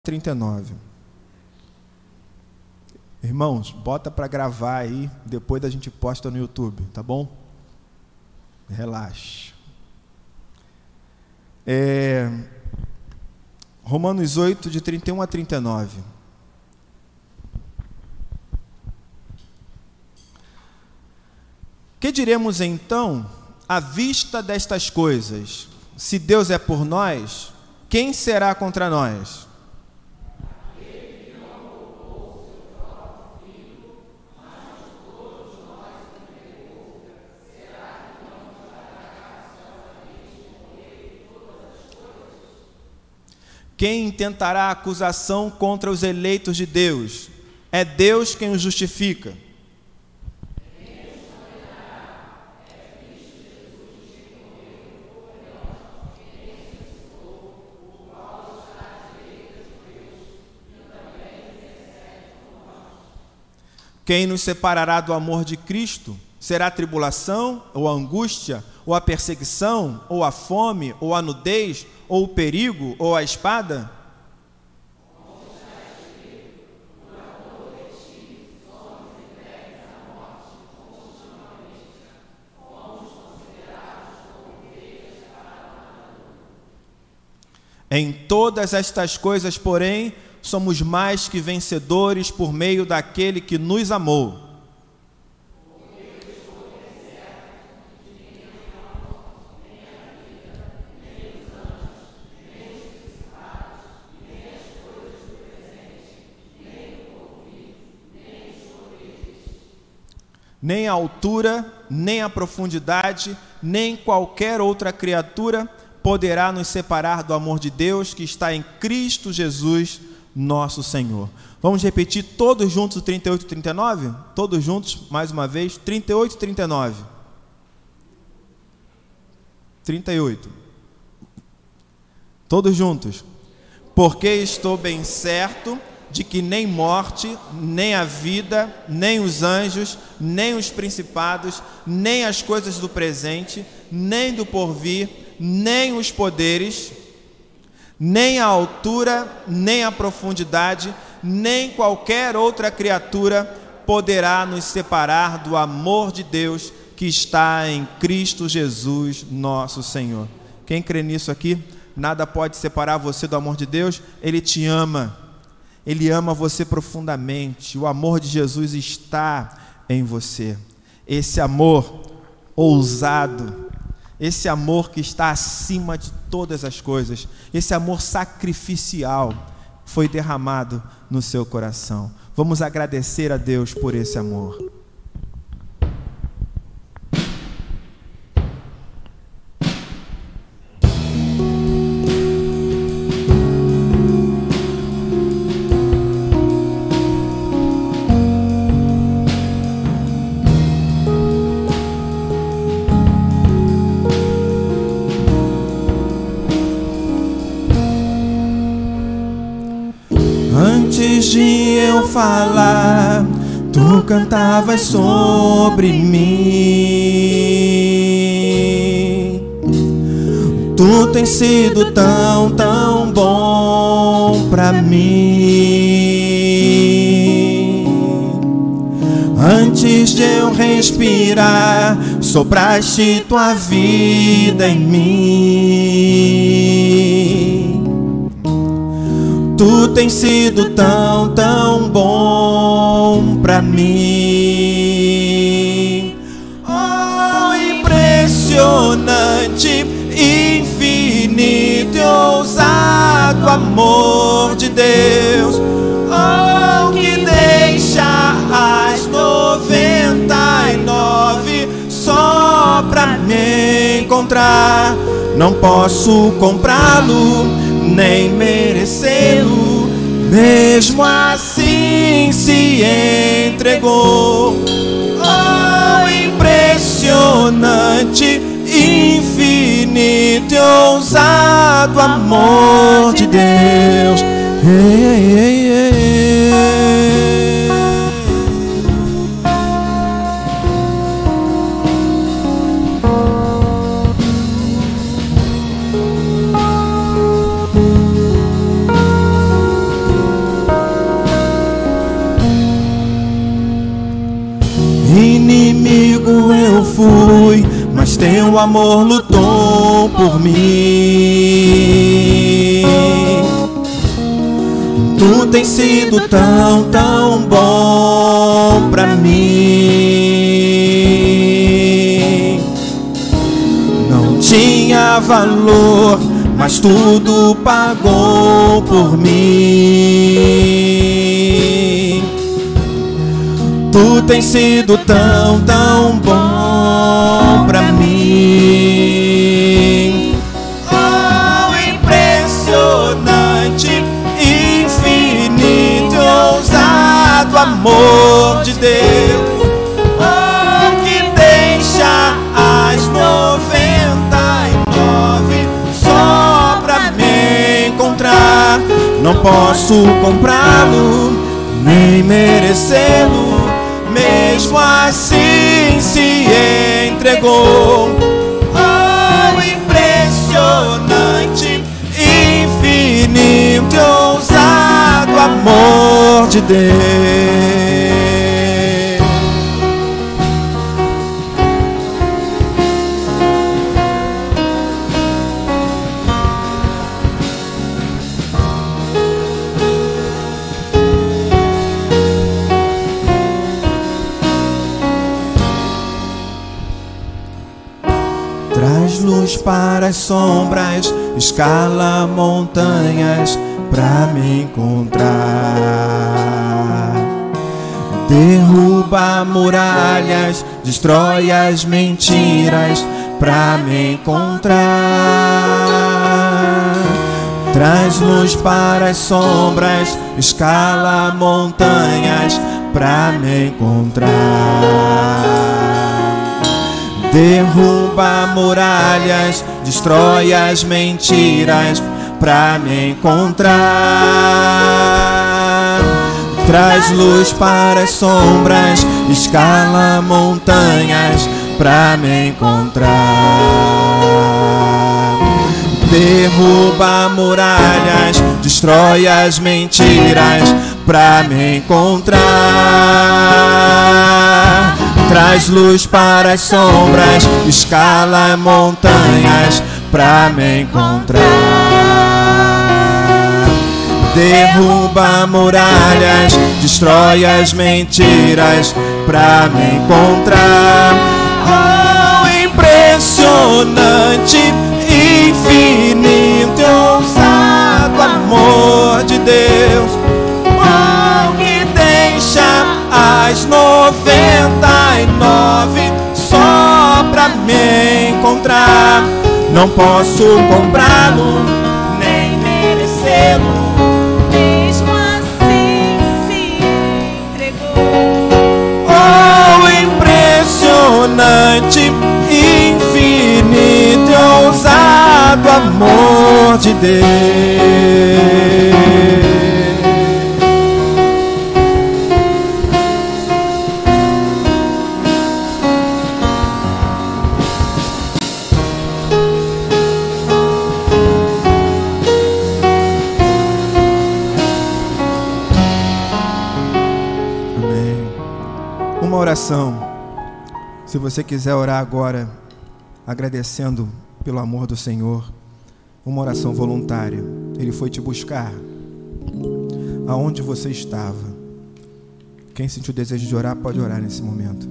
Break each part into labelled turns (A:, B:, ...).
A: 39. Irmãos, bota para gravar aí, depois a gente posta no YouTube, tá bom? Relaxa. Romanos 8, de 31 a 39. Que diremos então à vista destas coisas? Se Deus é por nós, quem será contra nós? Quem intentará acusação contra os eleitos de Deus? É Deus quem os justifica. Quem nos separará do amor de Cristo? Será a tribulação, ou a angústia, ou a perseguição, ou a fome, ou a nudez, ou o perigo, ou a espada? Em todas estas coisas, porém, somos mais que vencedores por meio daquele que nos amou. Nem a altura, nem a profundidade, nem qualquer outra criatura poderá nos separar do amor de Deus que está em Cristo Jesus, nosso Senhor. Vamos repetir todos juntos o 38 e 39? Todos juntos, mais uma vez, 38 e 39. 38. Todos juntos. Porque estou bem certo de que nem morte, nem a vida, nem os anjos, nem os principados, nem as coisas do presente, nem do porvir, nem os poderes, nem a altura, nem a profundidade, nem qualquer outra criatura poderá nos separar do amor de Deus que está em Cristo Jesus, nosso Senhor. Quem crê nisso aqui? Nada pode separar você do amor de Deus. Ele te ama. Ele ama você profundamente. O amor de Jesus está em você. Esse amor ousado, esse amor que está acima de todas as coisas, esse amor sacrificial foi derramado no seu coração. Vamos agradecer a Deus por esse amor. Antes de eu falar, tu cantavas sobre mim. Tu tens sido tão, tão bom pra mim. Antes de eu respirar, sopraste tua vida em mim. Tu tens sido tão, tão bom pra mim. Oh, impressionante, infinito e ousado amor de Deus. Oh, que deixa as 99 só pra me encontrar. Não posso comprá-lo, nem merecê-lo, mesmo assim se entregou. Oh, impressionante, infinito e ousado amor de Deus. Ei, ei, ei, ei. teu amor lutou por mim. Tu tens sido tão, tão bom pra mim. Não tinha valor, mas tudo pagou por mim. Tu tens sido tão, tão bom pra mim. Oh, impressionante, infinito e ousado amor de Deus. Oh, que deixa as 99 só pra me encontrar. Não posso comprá-lo, nem merecê-lo, mesmo assim se entregou. Oh, impressionante, infinito e ousado amor de Deus. Traz luz para as sombras, escala montanhas pra me encontrar. Derruba muralhas, destrói as mentiras pra me encontrar. Traz luz para as sombras, escala montanhas pra me encontrar. Derruba muralhas, destrói as mentiras pra me encontrar. Traz luz para as sombras, escala montanhas pra me encontrar. Derruba muralhas, destrói as mentiras pra me encontrar. Traz luz para as sombras, escala montanhas pra me encontrar. Derruba muralhas, destrói as mentiras pra me encontrar. Oh, impressionante, infinito e ousado amor de Deus. Oh, que deixa as 99 só pra me encontrar. Não posso comprá-lo, nem merecê-lo,
B: mesmo assim se entregou.
A: Oh, impressionante, infinito e ousado amor de Deus. Uma oração, se você quiser orar agora, agradecendo pelo amor do Senhor, uma oração voluntária. Ele foi te buscar aonde você estava. Quem sentiu o desejo de orar, pode orar nesse momento.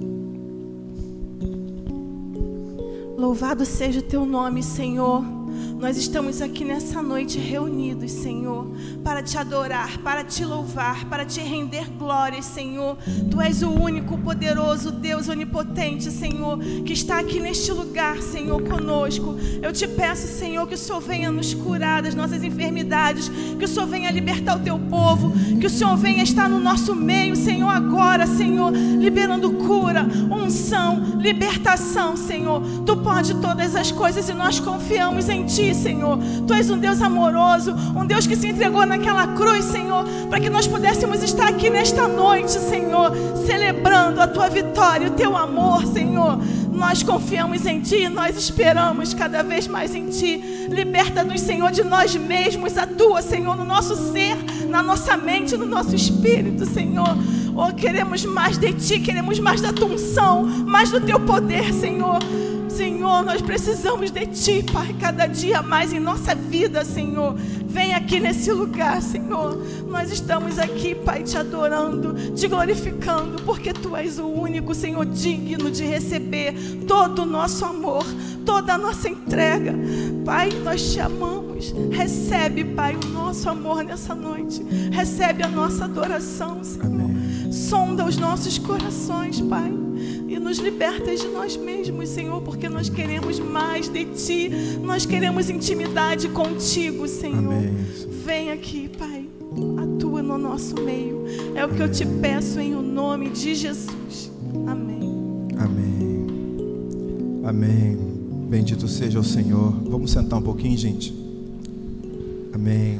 B: Louvado seja o teu nome, Senhor. Nós estamos aqui nessa noite reunidos, Senhor, para te adorar, para te louvar, para te render glórias, Senhor. Tu és o único, poderoso Deus onipotente, Senhor, que está aqui neste lugar, Senhor, conosco. Eu te peço, Senhor, que o Senhor venha nos curar das nossas enfermidades, que o Senhor venha libertar o teu povo, que o Senhor venha estar no nosso meio, Senhor, agora, Senhor, liberando cura, unção, libertação, Senhor. Tu pode todas as coisas e nós confiamos em Ti, Senhor. Tu és um Deus amoroso, um Deus que se entregou naquela cruz, Senhor, para que nós pudéssemos estar aqui nesta noite, Senhor, celebrando a Tua vitória, o Teu amor, Senhor. Nós confiamos em Ti, nós esperamos cada vez mais em Ti. Liberta-nos, Senhor, de nós mesmos, atua, Senhor, no nosso ser, na nossa mente, no nosso espírito, Senhor. Oh, queremos mais de Ti, queremos mais da Tua unção, mais do Teu poder, Senhor. Senhor, nós precisamos de Ti, Pai, cada dia mais em nossa vida, Senhor. Vem aqui nesse lugar, Senhor. Nós estamos aqui, Pai, Te adorando, Te glorificando, porque Tu és o único, Senhor, digno de receber todo o nosso amor, toda a nossa entrega. Pai, nós Te amamos. Recebe, Pai, o nosso amor nessa noite. Recebe a nossa adoração, Senhor.
A: Amém.
B: Sonda os nossos corações, Pai, e nos liberta de nós mesmos, Senhor, porque nós queremos mais de Ti. Nós queremos intimidade contigo, Senhor.
A: Amém.
B: Vem aqui, Pai, atua no nosso meio. É o que eu Te peço em o nome de Jesus. Amém.
A: Amém. Amém. Bendito seja o Senhor. Vamos sentar um pouquinho, gente. Amém.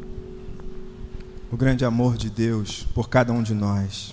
A: O grande amor de Deus por cada um de nós.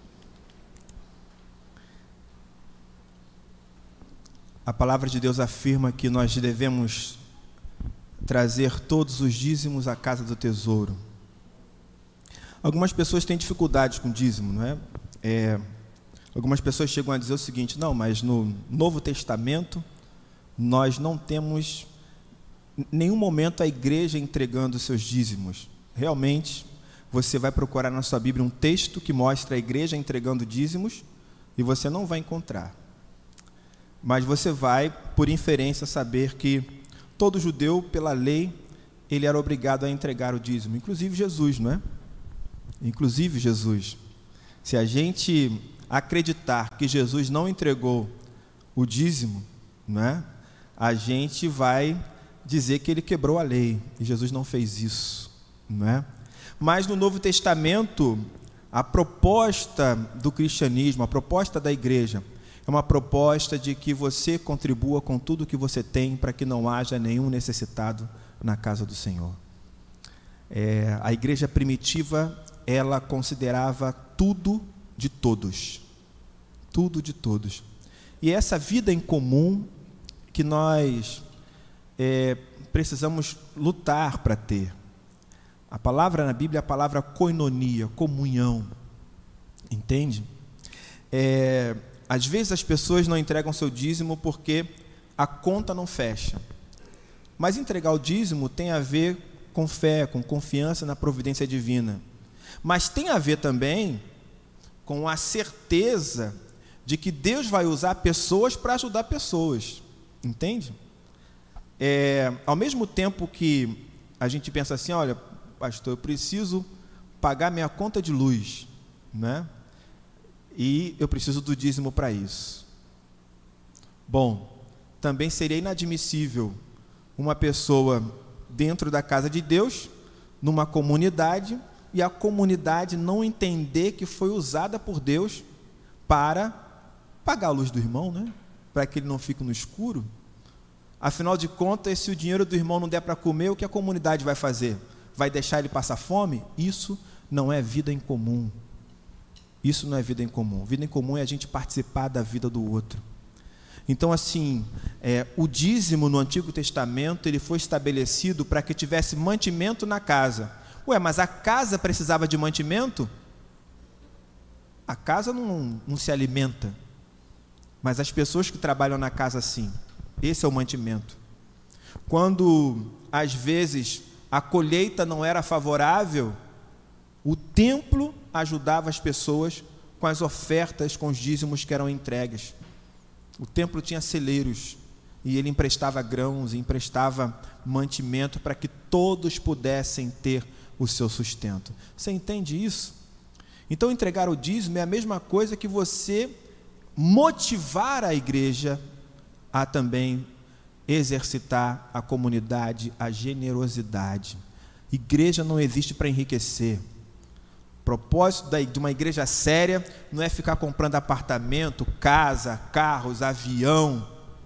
A: A palavra de Deus afirma que nós devemos trazer todos os dízimos à casa do tesouro. Algumas pessoas têm dificuldades com dízimo, não é? Algumas pessoas chegam a dizer o seguinte: não, mas no Novo Testamento nós não temos nenhum momento a igreja entregando seus dízimos. Realmente, você vai procurar na sua Bíblia um texto que mostra a igreja entregando dízimos e você não vai encontrar. Mas você vai, por inferência, saber que todo judeu, pela lei, ele era obrigado a entregar o dízimo. Inclusive Jesus, não é? Inclusive Jesus. Se a gente acreditar que Jesus não entregou o dízimo, não é? A gente vai dizer que ele quebrou a lei. E Jesus não fez isso, não é? Mas no Novo Testamento, a proposta do cristianismo, a proposta da igreja, é uma proposta de que você contribua com tudo que você tem para que não haja nenhum necessitado na casa do Senhor. A igreja primitiva, ela considerava tudo de todos. Tudo de todos. E essa vida em comum que nós precisamos lutar para ter. A palavra na Bíblia é a palavra koinonia, comunhão. Entende? Às vezes as pessoas não entregam seu dízimo porque a conta não fecha. Mas entregar o dízimo tem a ver com fé, com confiança na providência divina. Mas tem a ver também com a certeza de que Deus vai usar pessoas para ajudar pessoas. Entende? Ao mesmo tempo que a gente pensa assim: olha, pastor, eu preciso pagar minha conta de luz, né? E eu preciso do dízimo para isso. Bom, também seria inadmissível uma pessoa dentro da casa de Deus, numa comunidade, e a comunidade não entender que foi usada por Deus para pagar a luz do irmão, né? Para que ele não fique no escuro. Afinal de contas, se o dinheiro do irmão não der para comer, o que a comunidade vai fazer? Vai deixar ele passar fome? Isso não é vida em comum. Isso não é vida em comum. Vida em comum é a gente participar da vida do outro. Então, assim, o dízimo no Antigo Testamento, ele foi estabelecido para que tivesse mantimento na casa. Ué, mas a casa precisava de mantimento? A casa não se alimenta. Mas as pessoas que trabalham na casa, sim. Esse é o mantimento. Quando, às vezes, a colheita não era favorável, o templo ajudava as pessoas com as ofertas, com os dízimos que eram entregues. O templo tinha celeiros e ele emprestava grãos, emprestava mantimento para que todos pudessem ter o seu sustento. Você entende isso? Então, entregar o dízimo é a mesma coisa que você motivar a igreja a também exercitar a comunidade, a generosidade. Igreja não existe para enriquecer. O propósito de uma igreja séria não é ficar comprando apartamento, casa, carros, avião.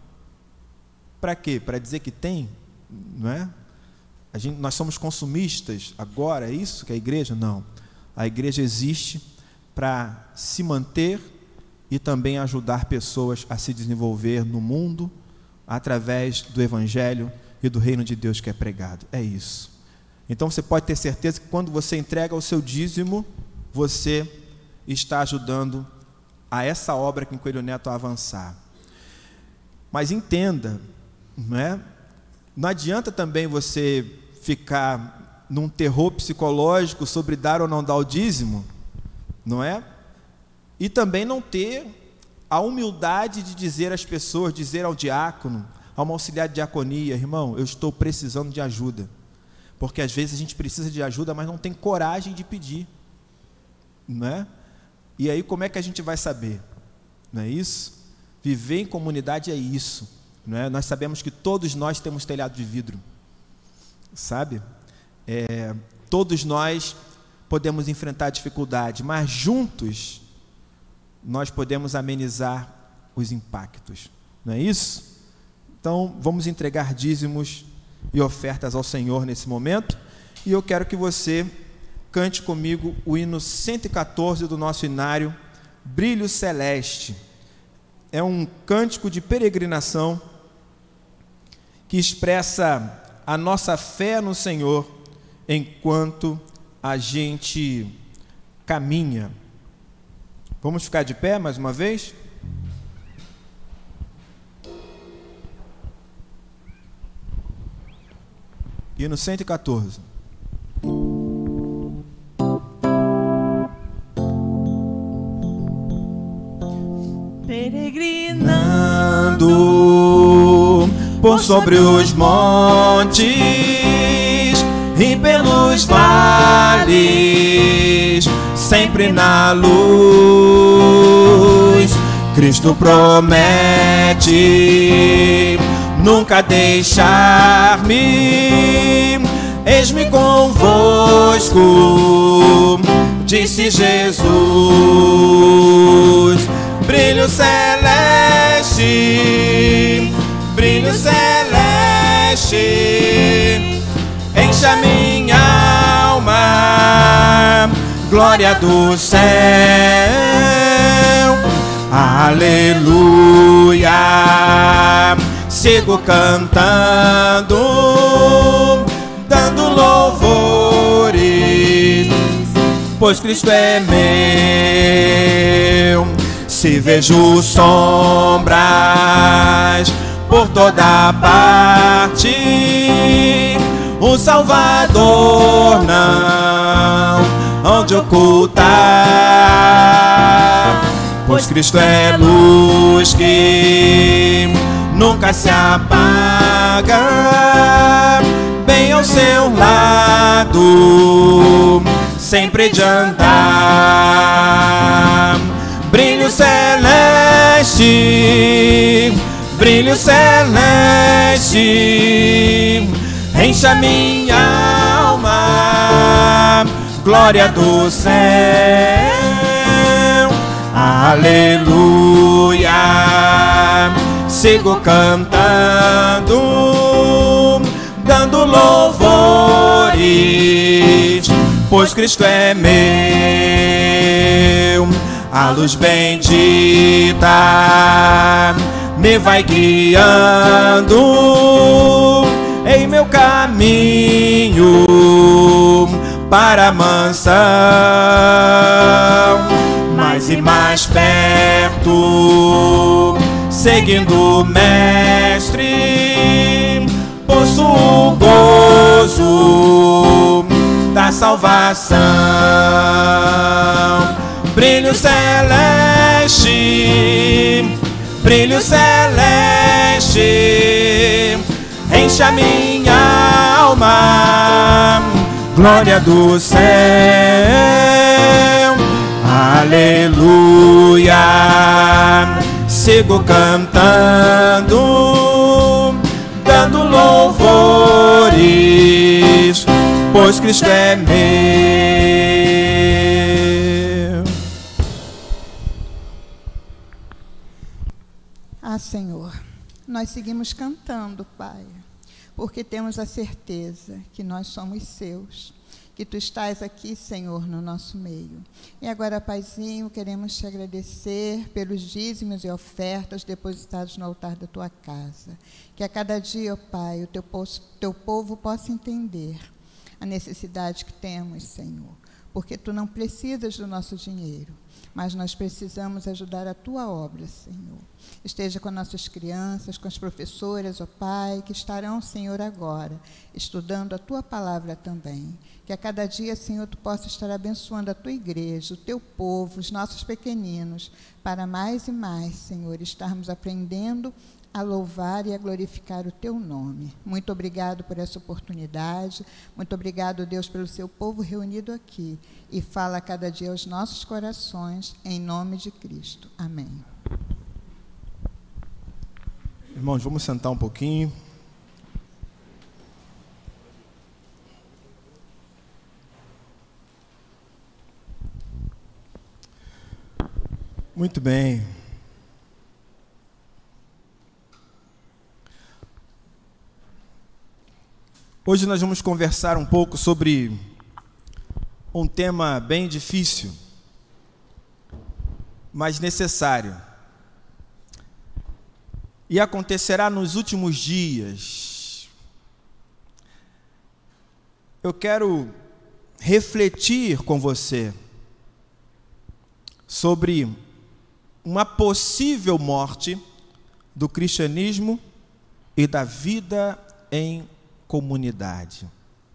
A: Para quê? Para dizer que tem? Não é? Nós somos consumistas agora, é isso que é a igreja? Não. A igreja existe para se manter e também ajudar pessoas a se desenvolver no mundo através do Evangelho e do reino de Deus que é pregado. É isso. Então você pode ter certeza que quando você entrega o seu dízimo, você está ajudando a essa obra que em Coelho Neto a avançar. Mas entenda, não é? Não adianta também você ficar num terror psicológico sobre dar ou não dar o dízimo, não é? E também não ter a humildade de dizer às pessoas, dizer ao diácono, a uma auxiliar de diaconia: irmão, eu estou precisando de ajuda. Porque às vezes a gente precisa de ajuda, mas não tem coragem de pedir, não é? E aí como é que a gente vai saber? Não é isso? Viver em comunidade é isso, não é? Nós sabemos que todos nós temos telhado de vidro, sabe? Todos nós podemos enfrentar dificuldade, mas juntos nós podemos amenizar os impactos, não é isso? Então vamos entregar dízimos e ofertas ao Senhor nesse momento, e eu quero que você cante comigo o hino 114 do nosso hinário, Brilho Celeste. É um cântico de peregrinação que expressa a nossa fé no Senhor enquanto a gente caminha. Vamos ficar de pé mais uma vez? Hino 114.
B: Peregrinando
A: por sobre os montes e pelos vales, sempre na luz, Cristo promete nunca deixar-me. Eis-me convosco, disse Jesus. Brilho celeste, brilho celeste, enche a minha alma, glória do céu. Aleluia, sigo cantando, dando louvores, pois Cristo é meu. Se vejo sombras por toda parte, o Salvador não onde ocultar, pois Cristo é luz que nunca se apaga, bem ao seu lado, sempre de andar. Brilho celeste, brilho celeste, enche a minha alma, glória do céu. Aleluia, sigo cantando, dando louvores, pois Cristo é meu. A luz bendita me vai guiando em meu caminho para a mansão. Mais e mais perto, seguindo o Mestre, possuo o gozo da salvação. Brilho celeste, brilho celeste, enche a minha alma, glória do céu. Aleluia, sigo cantando, dando louvores, pois Cristo é meu.
C: Ah, Senhor, nós seguimos cantando, Pai, porque temos a certeza que nós somos seus, que Tu estás aqui, Senhor, no nosso meio. E agora, Paizinho, queremos Te agradecer pelos dízimos e ofertas depositados no altar da Tua casa. Que a cada dia, ó Pai, o Teu povo possa entender a necessidade que temos, Senhor. porque Tu não precisas do nosso dinheiro, mas nós precisamos ajudar a Tua obra, Senhor. Esteja com nossas crianças, com as professoras, ó Pai, que estarão, Senhor, agora, estudando a Tua palavra também. Que a cada dia, Senhor, Tu possa estar abençoando a Tua igreja, o Teu povo, os nossos pequeninos, para mais e mais, Senhor, estarmos aprendendo a louvar e a glorificar o Teu nome. Muito obrigado por essa oportunidade. Muito obrigado, Deus, pelo Seu povo reunido aqui. E fala a cada dia aos nossos corações, em nome de Cristo. Amém.
A: Irmãos, vamos sentar um pouquinho. Muito bem. Hoje nós vamos conversar um pouco sobre um tema bem difícil, mas necessário. E acontecerá nos últimos dias. Eu quero refletir com você sobre uma possível morte do cristianismo e da vida em comunidade.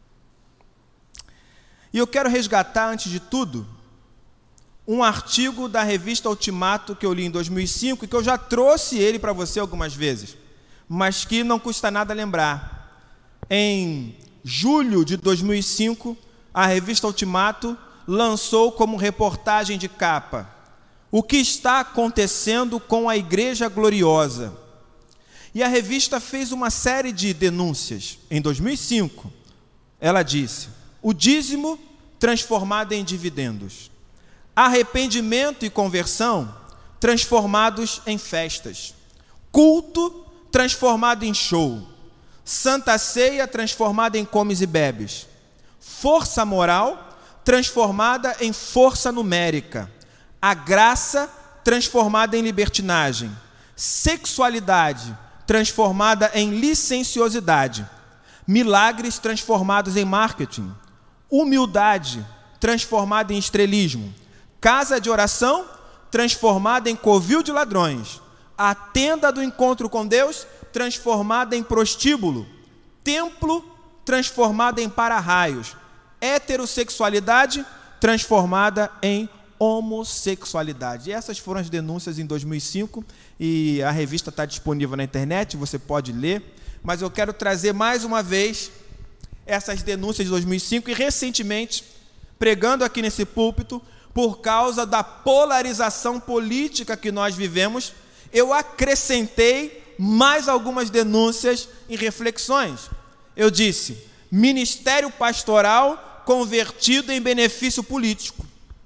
A: E eu quero resgatar, antes de tudo, um artigo da revista Ultimato que eu li em 2005 e que eu já trouxe ele para você algumas vezes, mas que não custa nada lembrar. Em julho de 2005, a revista Ultimato lançou como reportagem de capa: o que está acontecendo com a Igreja Gloriosa? E a revista fez uma série de denúncias. Em 2005, ela disse: o dízimo transformado em dividendos, arrependimento e conversão transformados em festas, culto transformado em show, santa ceia transformada em comes e bebes, força moral transformada em força numérica, a graça transformada em libertinagem, sexualidade transformada em licenciosidade, milagres transformados em marketing, humildade transformada em estrelismo, casa de oração transformada em covil de ladrões, a tenda do encontro com Deus transformada em prostíbulo, templo transformado em para-raios, heterossexualidade transformada em homossexualidade. E essas foram as denúncias em 2005 e a revista está disponível na internet, você pode ler, mas eu quero trazer mais uma vez essas denúncias de 2005 e recentemente, pregando aqui nesse púlpito, por causa da polarização política que nós vivemos, eu acrescentei mais algumas denúncias e reflexões. Eu disse: ministério pastoral convertido em benefício político,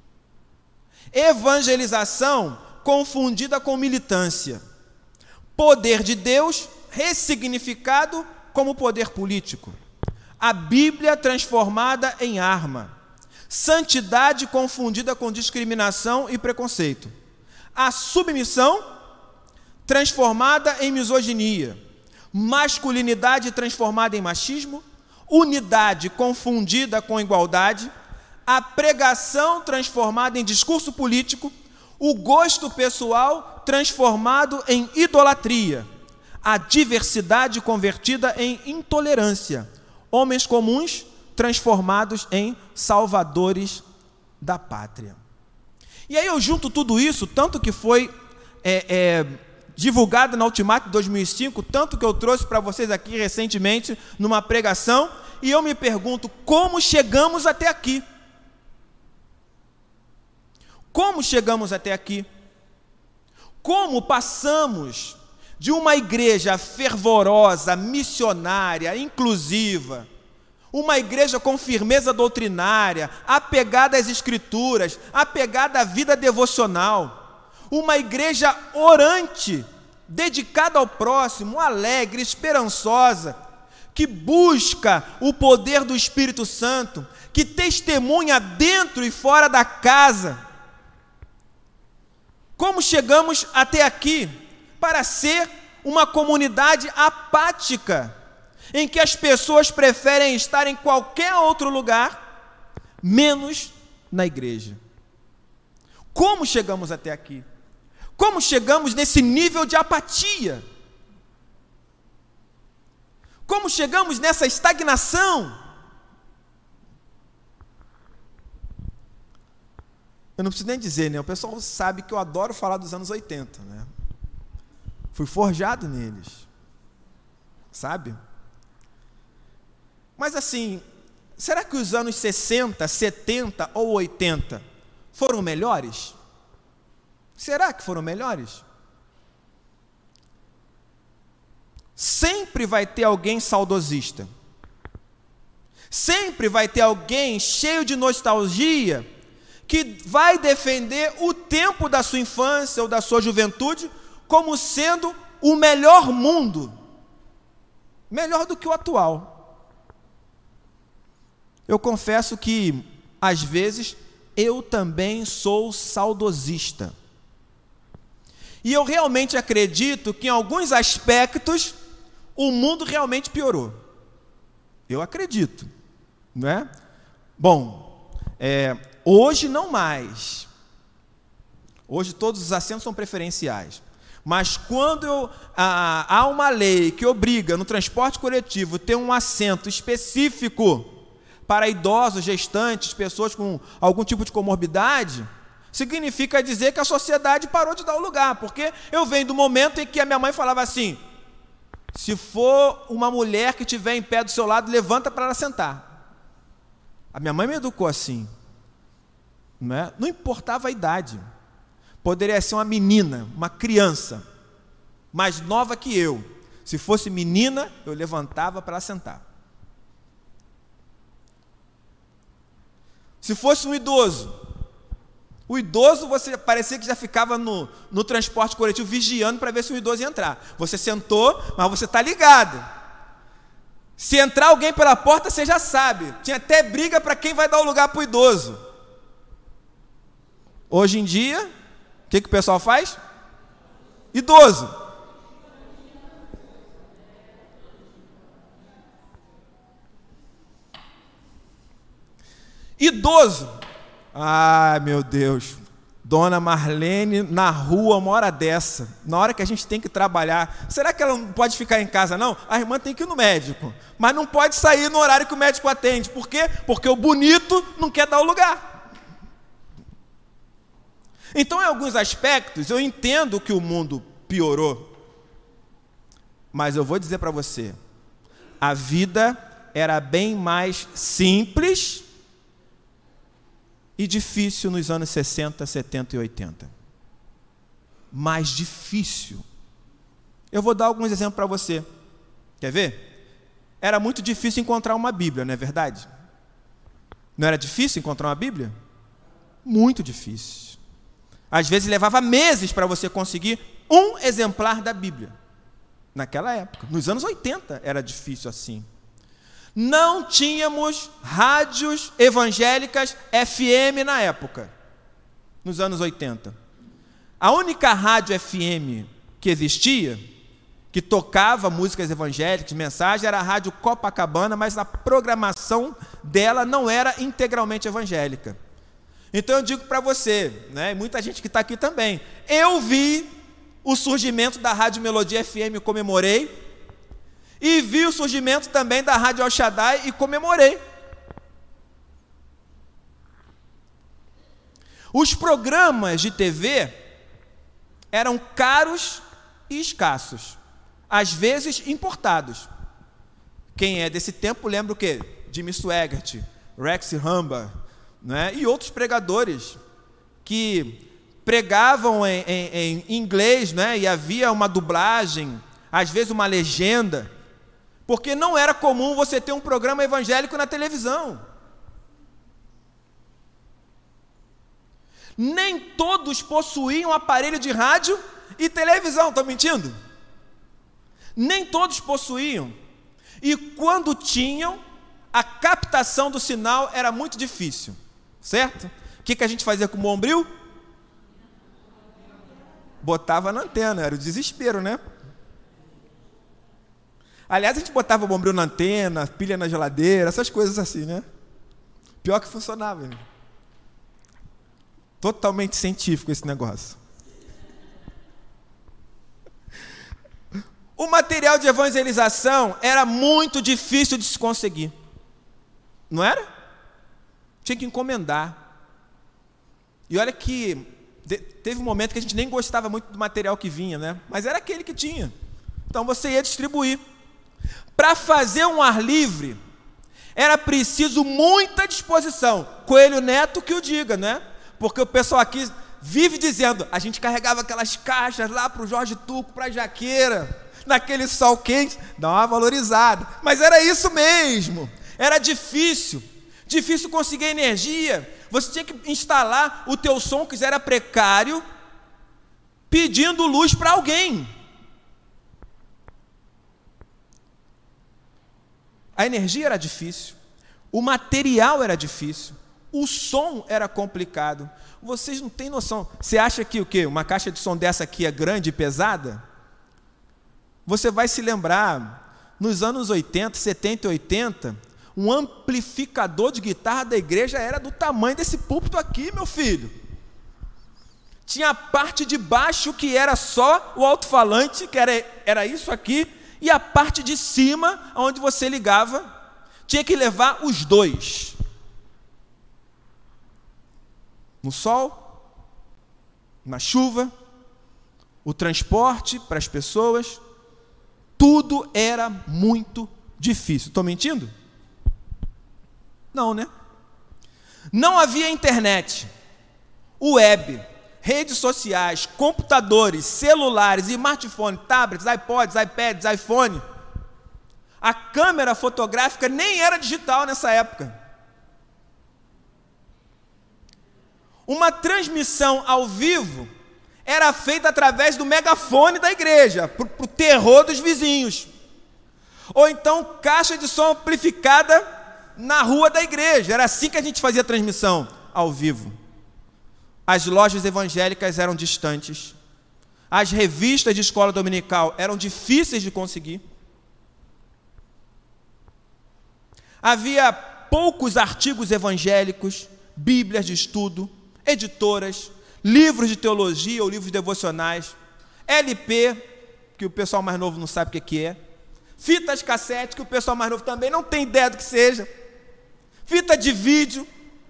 A: evangelização confundida com militância, poder de Deus ressignificado como poder político, a Bíblia transformada em arma, santidade confundida com discriminação e preconceito, a submissão transformada em misoginia, masculinidade transformada em machismo, unidade confundida com igualdade, a pregação transformada em discurso político, o gosto pessoal transformado em idolatria, a diversidade convertida em intolerância, homens comuns transformados em salvadores da pátria. E aí eu junto tudo isso, tanto que foi divulgado na Ultimato de 2005, tanto que eu trouxe para vocês aqui recentemente numa pregação, e eu me pergunto: como chegamos até aqui? Como chegamos até aqui? Como passamos de uma igreja fervorosa, missionária, inclusiva, uma igreja com firmeza doutrinária, apegada às Escrituras, apegada à vida devocional, uma igreja orante, dedicada ao próximo, alegre, esperançosa, que busca o poder do Espírito Santo, que testemunha dentro e fora da casa. Como chegamos até aqui para ser uma comunidade apática, em que as pessoas preferem estar em qualquer outro lugar, menos na igreja? Como chegamos até aqui? Como chegamos nesse nível de apatia? Como chegamos nessa estagnação? Eu não preciso nem dizer, né? O pessoal sabe que eu adoro falar dos anos 80, né? Fui forjado neles, sabe? Mas assim, será que os anos 60, 70 ou 80 foram melhores? Será que foram melhores? Sempre vai ter alguém saudosista. Sempre vai ter alguém cheio de nostalgia que vai defender o tempo da sua infância ou da sua juventude como sendo o melhor mundo, melhor do que o atual. Eu confesso que, às vezes, eu também sou saudosista. E eu realmente acredito que, em alguns aspectos, o mundo realmente piorou. Eu acredito, não é? Bom, hoje não mais. Hoje todos os assentos são preferenciais. Mas quando há uma lei que obriga no transporte coletivo ter um assento específico para idosos, gestantes, pessoas com algum tipo de comorbidade, significa dizer que a sociedade parou de dar o lugar. Porque eu venho do momento em que a minha mãe falava assim: se for uma mulher que estiver em pé do seu lado, levanta para ela sentar. A minha mãe me educou assim. Não importava a idade. Poderia ser uma menina, uma criança, mais nova que eu. Se fosse menina, eu levantava para ela sentar. Se fosse um idoso, o idoso, você parecia que já ficava no transporte coletivo vigiando para ver se o idoso ia entrar. Você sentou, mas você está ligado. Se entrar alguém pela porta, você já sabe. Tinha até briga para quem vai dar o lugar para o idoso. Hoje em dia, o que o pessoal faz? Idoso. Idoso. Ai, meu Deus. Dona Marlene na rua uma hora dessa, na hora que a gente tem que trabalhar. Será que ela não pode ficar em casa, não? A irmã tem que ir no médico, mas não pode sair no horário que o médico atende. Por quê? Porque o bonito não quer dar o lugar. Então, em alguns aspectos, eu entendo que o mundo piorou. Mas eu vou dizer para você, a vida era bem mais simples e difícil nos anos 60, 70 e 80. Mais difícil. Eu vou dar alguns exemplos para você. Quer ver? Era muito difícil encontrar uma Bíblia, não é verdade? Não era difícil encontrar uma Bíblia? Muito difícil. Às vezes levava meses para você conseguir um exemplar da Bíblia. Naquela época. Nos anos 80 era difícil assim. Não tínhamos rádios evangélicas FM na época, nos anos 80. A única rádio FM que existia, que tocava músicas evangélicas, mensagem, era a Rádio Copacabana, mas a programação dela não era integralmente evangélica. Então eu digo para você, né, muita gente que está aqui também, eu vi o surgimento da Rádio Melodia FM e comemorei, e vi o surgimento também da Rádio El Shaddai e comemorei. Os programas de TV eram caros e escassos, às vezes importados. Quem é desse tempo lembra o quê? Jimmy Swaggart, Rex Humbard, né? E outros pregadores que pregavam em inglês, né? E havia uma dublagem, às vezes uma legenda, porque não era comum você ter um programa evangélico na televisão. Nem todos possuíam aparelho de rádio e televisão, estou mentindo? Nem todos possuíam. E quando tinham, a captação do sinal era muito difícil, certo? O que a gente fazia com o bombril? Botava na antena, era o desespero, né? Aliás, a gente botava o bombril na antena, pilha na geladeira, essas coisas assim, né? Pior que funcionava, né? Totalmente científico esse negócio. O material de evangelização era muito difícil de se conseguir. Não era? Tinha que encomendar. E olha que teve um momento que a gente nem gostava muito do material que vinha, né? Mas era aquele que tinha. Então você ia distribuir. Para fazer um ar livre, era preciso muita disposição. Coelho Neto que o diga, né? Porque o pessoal aqui vive dizendo, a gente carregava aquelas caixas lá para o Jorge Tuco, para a Jaqueira, naquele sol quente, dá uma valorizada. Mas era isso mesmo. Era difícil conseguir energia. Você tinha que instalar o teu som, que era precário, pedindo luz para alguém. A energia era difícil, o material era difícil, o som era complicado. Vocês não têm noção. Você acha que o quê? Uma caixa de som dessa aqui é grande e pesada? Você vai se lembrar, nos anos 80, 70 e 80, um amplificador de guitarra da igreja era do tamanho desse púlpito aqui, meu filho. Tinha a parte de baixo que era só o alto-falante, que era isso aqui, e a parte de cima, onde você ligava, tinha que levar os dois. No sol, na chuva, o transporte para as pessoas, tudo era muito difícil. Estou mentindo? Não, né? Não havia internet, web, redes sociais, computadores, celulares, smartphones, tablets, iPods, iPads, iPhone. A câmera fotográfica nem era digital nessa época. Uma transmissão ao vivo era feita através do megafone da igreja, para o terror dos vizinhos. Ou então caixa de som amplificada na rua da igreja. Era assim que a gente fazia a transmissão ao vivo. As lojas evangélicas eram distantes. As revistas de escola dominical eram difíceis de conseguir. Havia poucos artigos evangélicos, bíblias de estudo, editoras, livros de teologia ou livros devocionais, LP, que o pessoal mais novo não sabe o que é, fitas cassete, que o pessoal mais novo também não tem ideia do que seja, fita de vídeo.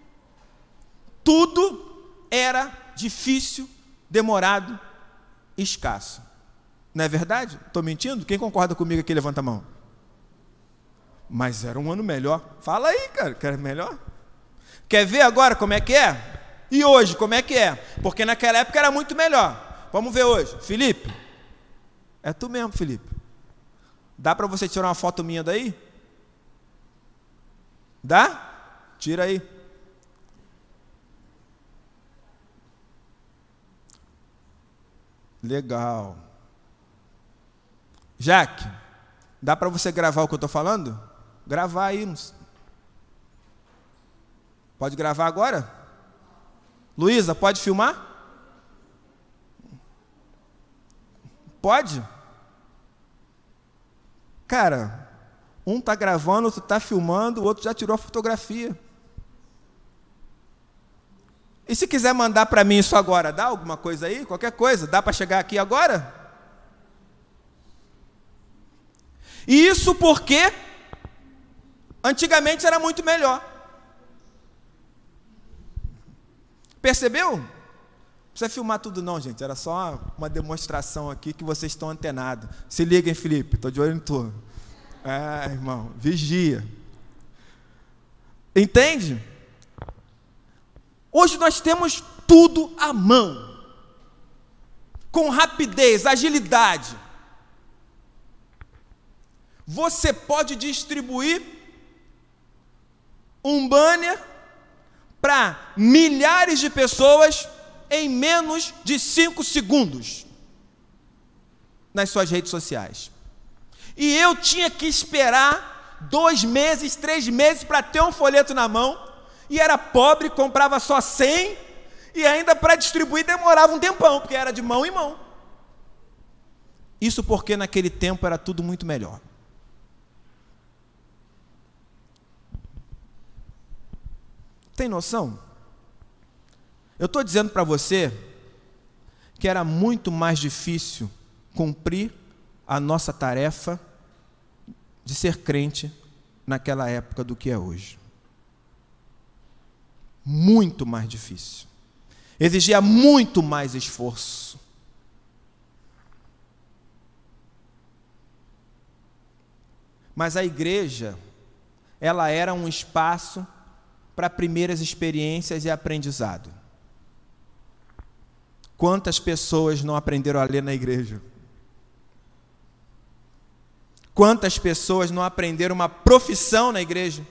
A: Tudo era difícil, demorado, escasso. Não é verdade? Estou mentindo? Quem concorda comigo aqui, levanta a mão. Mas era um ano melhor. Fala aí, cara, que era melhor. Quer ver agora como é que é? E hoje, como é que é? Porque naquela época era muito melhor. Vamos ver hoje. Felipe, é tu mesmo, Felipe. Dá para você tirar uma foto minha daí? Dá? Tira aí. Legal. Jaque, dá para você gravar o que eu estou falando? Gravar aí. Pode gravar agora? Luísa, pode filmar? Pode? Cara, um está gravando, outro está filmando, o outro já tirou a fotografia. E se quiser mandar para mim isso agora, dá alguma coisa aí? Qualquer coisa? Dá para chegar aqui agora? E isso porque antigamente era muito melhor. Percebeu? Não precisa filmar tudo não, gente. Era só uma demonstração aqui que vocês estão antenados. Se liguem, Felipe. Estou de olho em tu. Irmão, vigia. Entende? Hoje nós temos tudo à mão. Com rapidez, agilidade. Você pode distribuir um banner para milhares de pessoas em menos de 5 segundos nas suas redes sociais. E eu tinha que esperar 2 meses, 3 meses para ter um folheto na mão, e era pobre, comprava só 100, e ainda para distribuir demorava um tempão, porque era de mão em mão. Isso porque naquele tempo era tudo muito melhor. Tem noção? Eu estou dizendo para você que era muito mais difícil cumprir a nossa tarefa de ser crente naquela época do que é hoje. Muito mais difícil. Exigia muito mais esforço. Mas a igreja, ela era um espaço para primeiras experiências e aprendizado. Quantas pessoas não aprenderam a ler na igreja? Quantas pessoas não aprenderam uma profissão na igreja?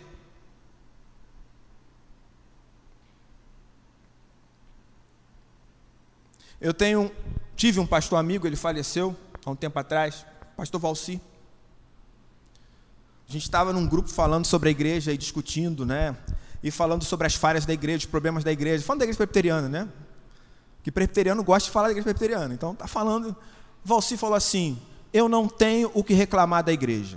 A: Eu tive um pastor amigo, ele faleceu há um tempo atrás, pastor Valci. A gente estava num grupo falando sobre a igreja e discutindo, né? E falando sobre as falhas da igreja, os problemas da igreja, falando da igreja presbiteriana, né? Que presbiteriano gosta de falar da igreja presbiteriana. Então, está falando, Valci falou assim, eu não tenho o que reclamar da igreja.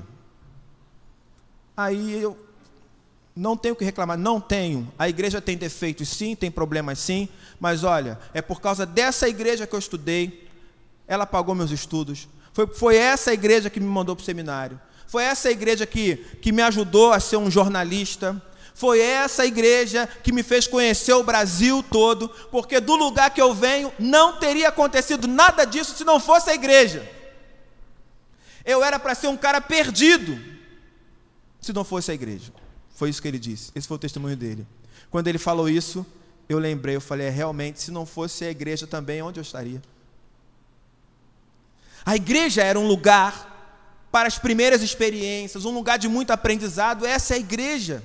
A: Aí eu não tenho o que reclamar, não tenho. A igreja tem defeitos sim, tem problemas sim, mas olha, é por causa dessa igreja que eu estudei, ela pagou meus estudos, foi essa igreja que me mandou para o seminário, foi essa igreja que me ajudou a ser um jornalista, foi essa igreja que me fez conhecer o Brasil todo, porque do lugar que eu venho não teria acontecido nada disso se não fosse a igreja. Eu era para ser um cara perdido se não fosse a igreja. Foi isso que ele disse, esse foi o testemunho dele. Quando ele falou isso, eu lembrei, eu falei, realmente, se não fosse a igreja também, onde eu estaria? A igreja era um lugar para as primeiras experiências, um lugar de muito aprendizado, essa é a igreja.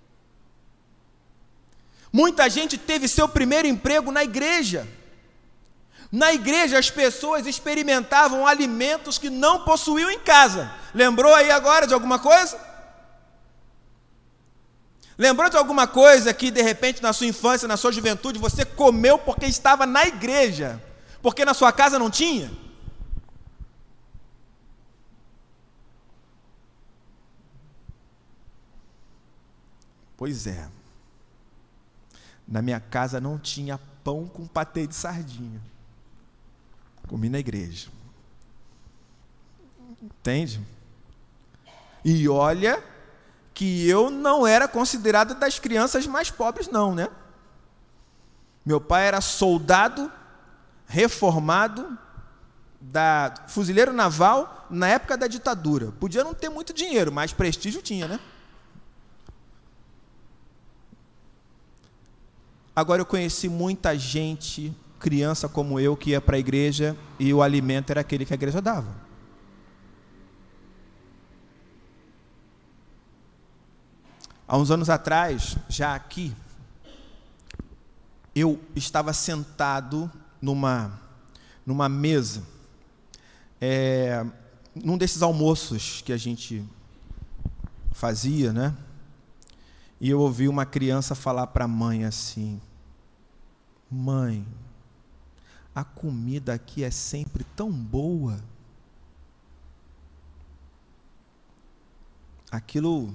A: Muita gente teve seu primeiro emprego na igreja. Na igreja as pessoas experimentavam alimentos que não possuíam em casa. Lembrou aí agora de alguma coisa? Lembrou de alguma coisa que de repente na sua infância, na sua juventude, você comeu porque estava na igreja, porque na sua casa não tinha? Pois é. Na minha casa não tinha pão com patê de sardinha. Comi na igreja. Entende? E olha que eu não era considerado das crianças mais pobres não, né? Meu pai era soldado, reformado, fuzileiro naval, na época da ditadura. Podia não ter muito dinheiro, mas prestígio tinha, né? Agora eu conheci muita gente, criança como eu, que ia para a igreja e o alimento era aquele que a igreja dava. Há uns anos atrás, já aqui, eu estava sentado numa mesa, num desses almoços que a gente fazia, né? E eu ouvi uma criança falar para a mãe assim, mãe, a comida aqui é sempre tão boa. Aquilo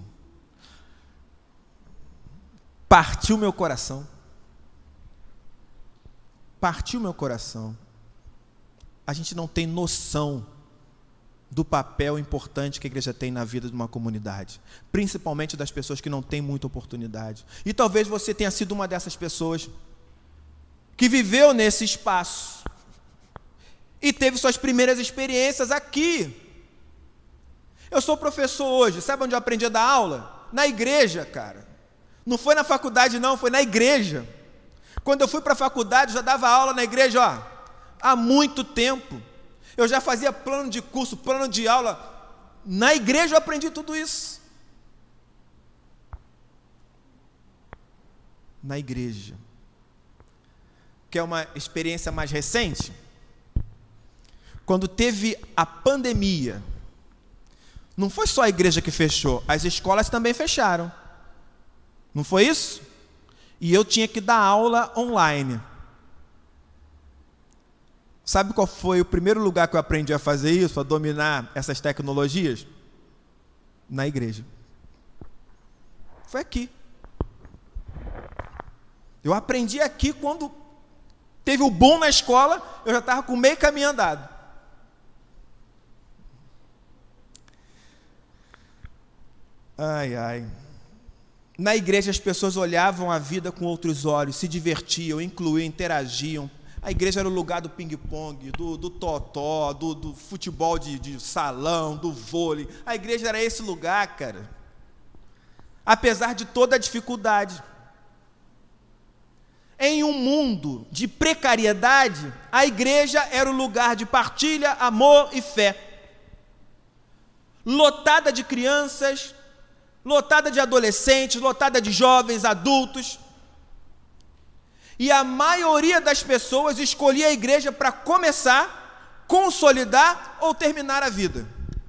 A: partiu meu coração. Partiu meu coração. A gente não tem noção do papel importante que a igreja tem na vida de uma comunidade, principalmente das pessoas que não têm muita oportunidade. E talvez você tenha sido uma dessas pessoas que viveu nesse espaço e teve suas primeiras experiências aqui. Eu sou professor hoje, sabe onde eu aprendi a dar aula? Na igreja, cara. Não foi na faculdade não, foi na igreja. Quando eu fui para a faculdade, eu já dava aula na igreja, há muito tempo. Eu já fazia plano de curso, plano de aula. Na igreja eu aprendi tudo isso. Na igreja. Que é uma experiência mais recente. Quando teve a pandemia, não foi só a igreja que fechou, as escolas também fecharam. Não foi isso? E eu tinha que dar aula online. Sabe qual foi o primeiro lugar que eu aprendi a fazer isso, a dominar essas tecnologias? Na igreja. Foi aqui. Eu aprendi aqui quando Teve o boom na escola, eu já estava com meio caminho andado. Ai, ai. Na igreja as pessoas olhavam a vida com outros olhos, se divertiam, incluíam, interagiam. A igreja era o lugar do ping-pong, do totó, do futebol de salão, do vôlei. A igreja era esse lugar, cara. Apesar de toda a dificuldade. Em um mundo de precariedade, a igreja era o lugar de partilha, amor e fé. Lotada de crianças, lotada de adolescentes, lotada de jovens, adultos. E a maioria das pessoas escolhia a igreja para começar, consolidar ou terminar a vida.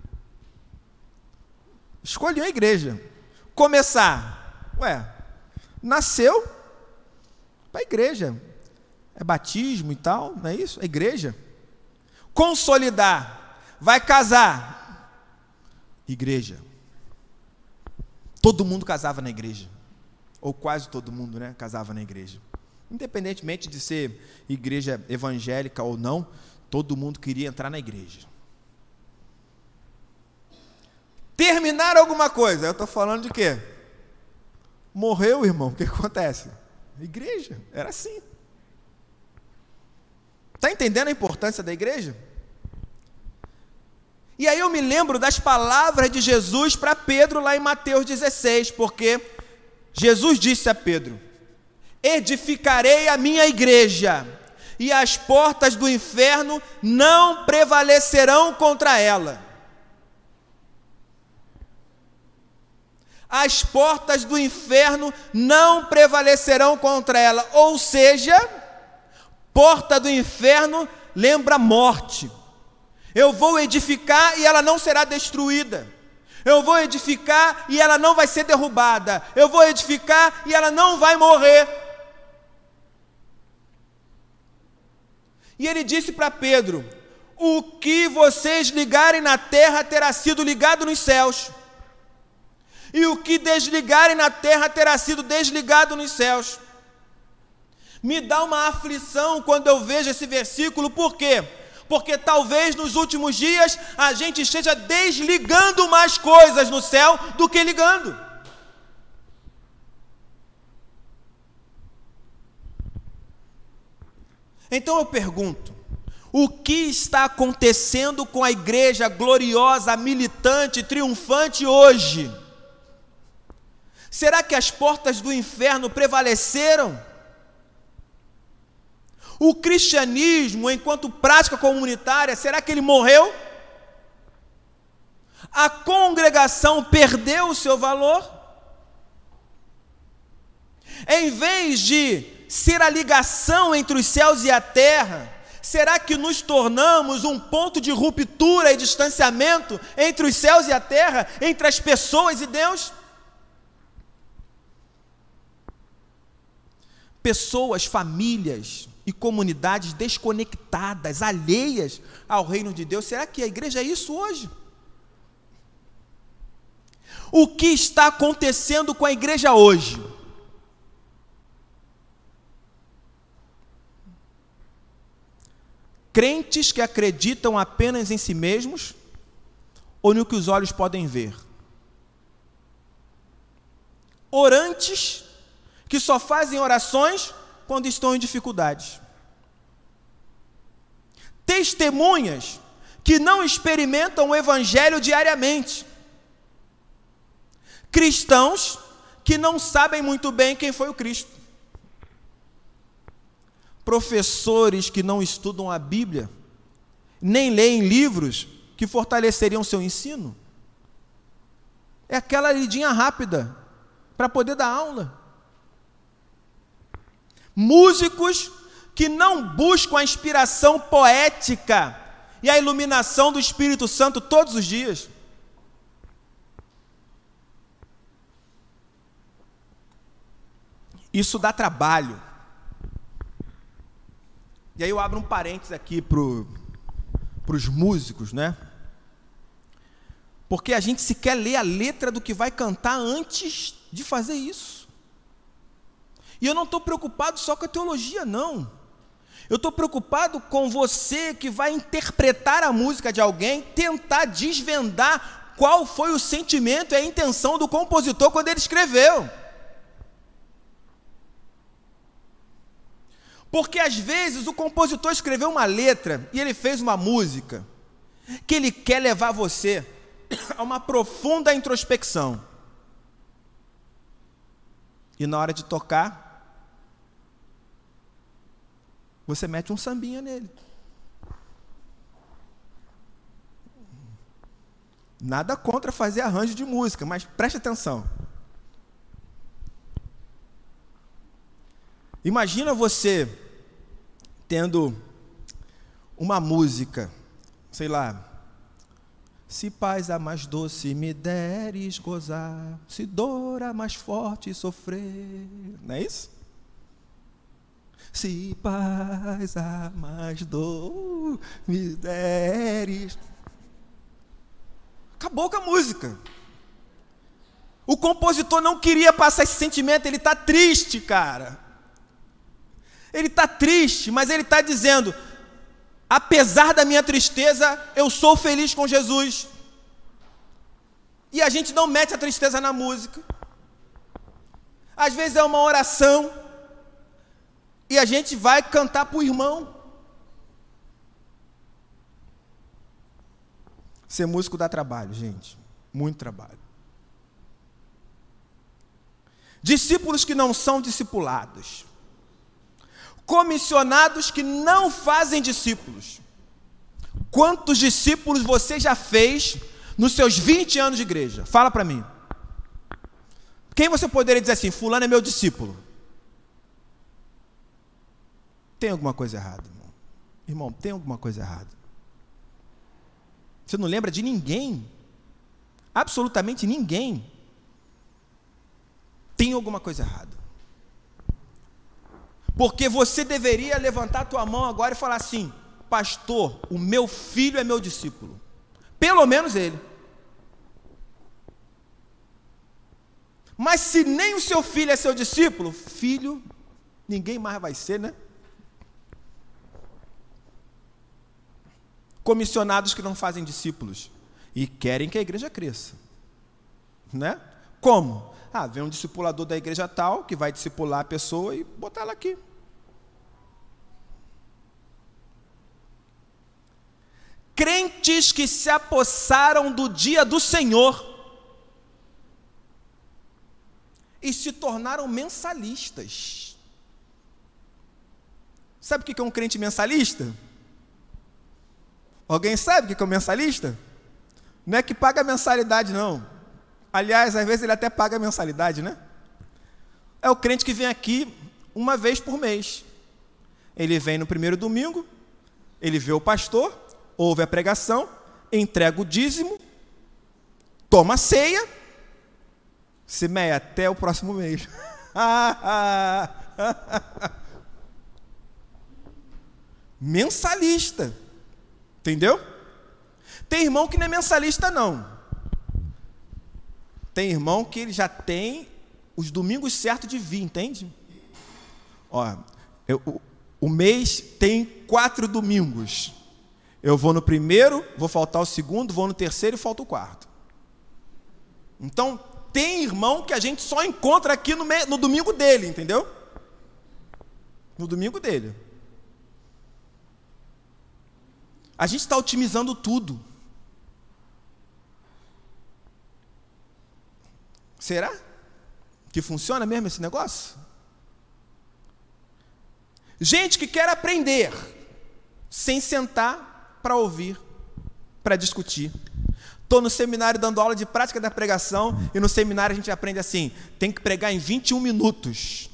A: Escolhia a igreja. Começar. Nasceu para a igreja. É batismo e tal, não é isso? É igreja. Consolidar. Vai casar. Igreja. Todo mundo casava na igreja. Ou quase todo mundo, né? Casava na igreja. Independentemente de ser igreja evangélica ou não, todo mundo queria entrar na igreja. Terminar alguma coisa, eu estou falando de quê? Morreu, irmão, o que acontece? Igreja, era assim. Está entendendo a importância da igreja? E aí eu me lembro das palavras de Jesus para Pedro lá em Mateus 16, porque Jesus disse a Pedro: edificarei a minha igreja, e as portas do inferno não prevalecerão contra ela. As portas do inferno não prevalecerão contra ela. Ou seja, porta do inferno lembra morte. Eu vou edificar e ela não será destruída. Eu vou edificar e ela não vai ser derrubada. Eu vou edificar e ela não vai morrer. E ele disse para Pedro: o que vocês ligarem na terra terá sido ligado nos céus, e o que desligarem na terra terá sido desligado nos céus. Me dá uma aflição quando eu vejo esse versículo. Por quê? Porque talvez nos últimos dias a gente esteja desligando mais coisas no céu do que ligando. Então eu pergunto: o que está acontecendo com a igreja gloriosa, militante, triunfante hoje? Será que as portas do inferno prevaleceram? O cristianismo, enquanto prática comunitária, será que ele morreu? A congregação perdeu o seu valor? Em vez de ser a ligação entre os céus e a terra, será que nos tornamos um ponto de ruptura e distanciamento entre os céus e a terra, entre as pessoas e Deus? Pessoas, famílias e comunidades desconectadas, alheias ao reino de Deus. Será que a igreja é isso hoje? O que está acontecendo com a igreja hoje? Crentes que acreditam apenas em si mesmos ou no que os olhos podem ver? Orantes que só fazem orações quando estão em dificuldades. Testemunhas que não experimentam o evangelho diariamente. Cristãos que não sabem muito bem quem foi o Cristo. Professores que não estudam a Bíblia, nem leem livros que fortaleceriam seu ensino. É aquela lidinha rápida para poder dar aula. Músicos que não buscam a inspiração poética e a iluminação do Espírito Santo todos os dias. Isso dá trabalho. E aí eu abro um parênteses aqui para os músicos, né? Porque a gente sequer lê a letra do que vai cantar antes de fazer isso. E eu não estou preocupado só com a teologia, não. Eu estou preocupado com você que vai interpretar a música de alguém, tentar desvendar qual foi o sentimento e a intenção do compositor quando ele escreveu. Porque às vezes o compositor escreveu uma letra e ele fez uma música que ele quer levar você a uma profunda introspecção. E na hora de tocar, você mete um sambinha nele. Nada contra fazer arranjo de música, mas preste atenção. Imagina você tendo uma música, sei lá, se paz a mais doce me deres gozar, se dor a mais forte sofrer, não é isso? Se paz a mais dor me deres. Acabou com a música. O compositor não queria passar esse sentimento, ele está triste, cara. Ele está triste, mas ele está dizendo, apesar da minha tristeza, eu sou feliz com Jesus. E a gente não mete a tristeza na música. Às vezes é uma oração, e a gente vai cantar para o irmão. Ser músico dá trabalho, gente. Muito trabalho. Discípulos que não são discipulados. Comissionados que não fazem discípulos. Quantos discípulos você já fez nos seus 20 anos de igreja? Fala para mim. Quem você poderia dizer assim, fulano é meu discípulo? Tem alguma coisa errada, irmão. Irmão, tem alguma coisa errada. Você não lembra de ninguém? Absolutamente ninguém. Tem alguma coisa errada. Porque você deveria levantar a tua mão agora e falar assim, pastor, o meu filho é meu discípulo. Pelo menos ele. Mas se nem o seu filho é seu discípulo, filho, ninguém mais vai ser, né? Comissionados que não fazem discípulos e querem que a igreja cresça, né? Como? Vem um discipulador da igreja tal que vai discipular a pessoa e botar ela aqui. Crentes que se apossaram do dia do Senhor e se tornaram mensalistas. Sabe o que é um crente mensalista? Alguém sabe o que é um mensalista? Não é que paga mensalidade, não. Aliás, às vezes ele até paga mensalidade, né? É o crente que vem aqui uma vez por mês. Ele vem no primeiro domingo, ele vê o pastor, ouve a pregação, entrega o dízimo, toma a ceia, semeia até o próximo mês. Mensalista. Entendeu? Tem irmão que não é mensalista, não. Tem irmão que ele já tem os domingos certos de vir, entende? Ó, o mês tem 4 domingos. Eu vou no primeiro, vou faltar o segundo, vou no terceiro e falta o quarto. Então, tem irmão que a gente só encontra aqui no domingo dele, entendeu? No domingo dele. A gente está otimizando tudo. Será que funciona mesmo esse negócio? Gente que quer aprender, sem sentar para ouvir, para discutir. Estou no seminário dando aula de prática da pregação, e no seminário a gente aprende assim, tem que pregar em 21 minutos.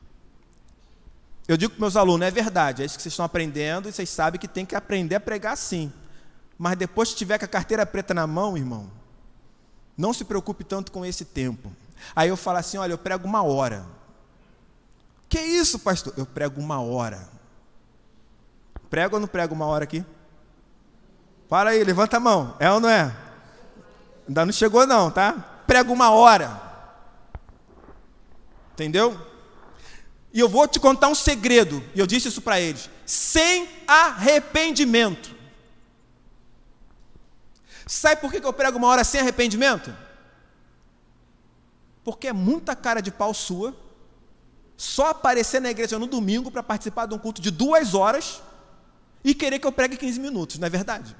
A: Eu digo para meus alunos, é verdade, é isso que vocês estão aprendendo, e vocês sabem que tem que aprender a pregar assim. Mas depois que tiver com a carteira preta na mão, irmão, não se preocupe tanto com esse tempo. Aí eu falo assim, olha, eu prego 1 hora. Que isso, pastor? Eu prego 1 hora. Prego ou não prego 1 hora aqui? Para aí, levanta a mão. É ou não é? Ainda não chegou não, tá? Prego 1 hora. Entendeu? E eu vou te contar um segredo, e eu disse isso para eles: sem arrependimento. Sabe por que eu prego uma hora sem arrependimento? Porque é muita cara de pau sua só aparecer na igreja no domingo para participar de um culto de 2 horas e querer que eu pregue 15 minutos, não é verdade?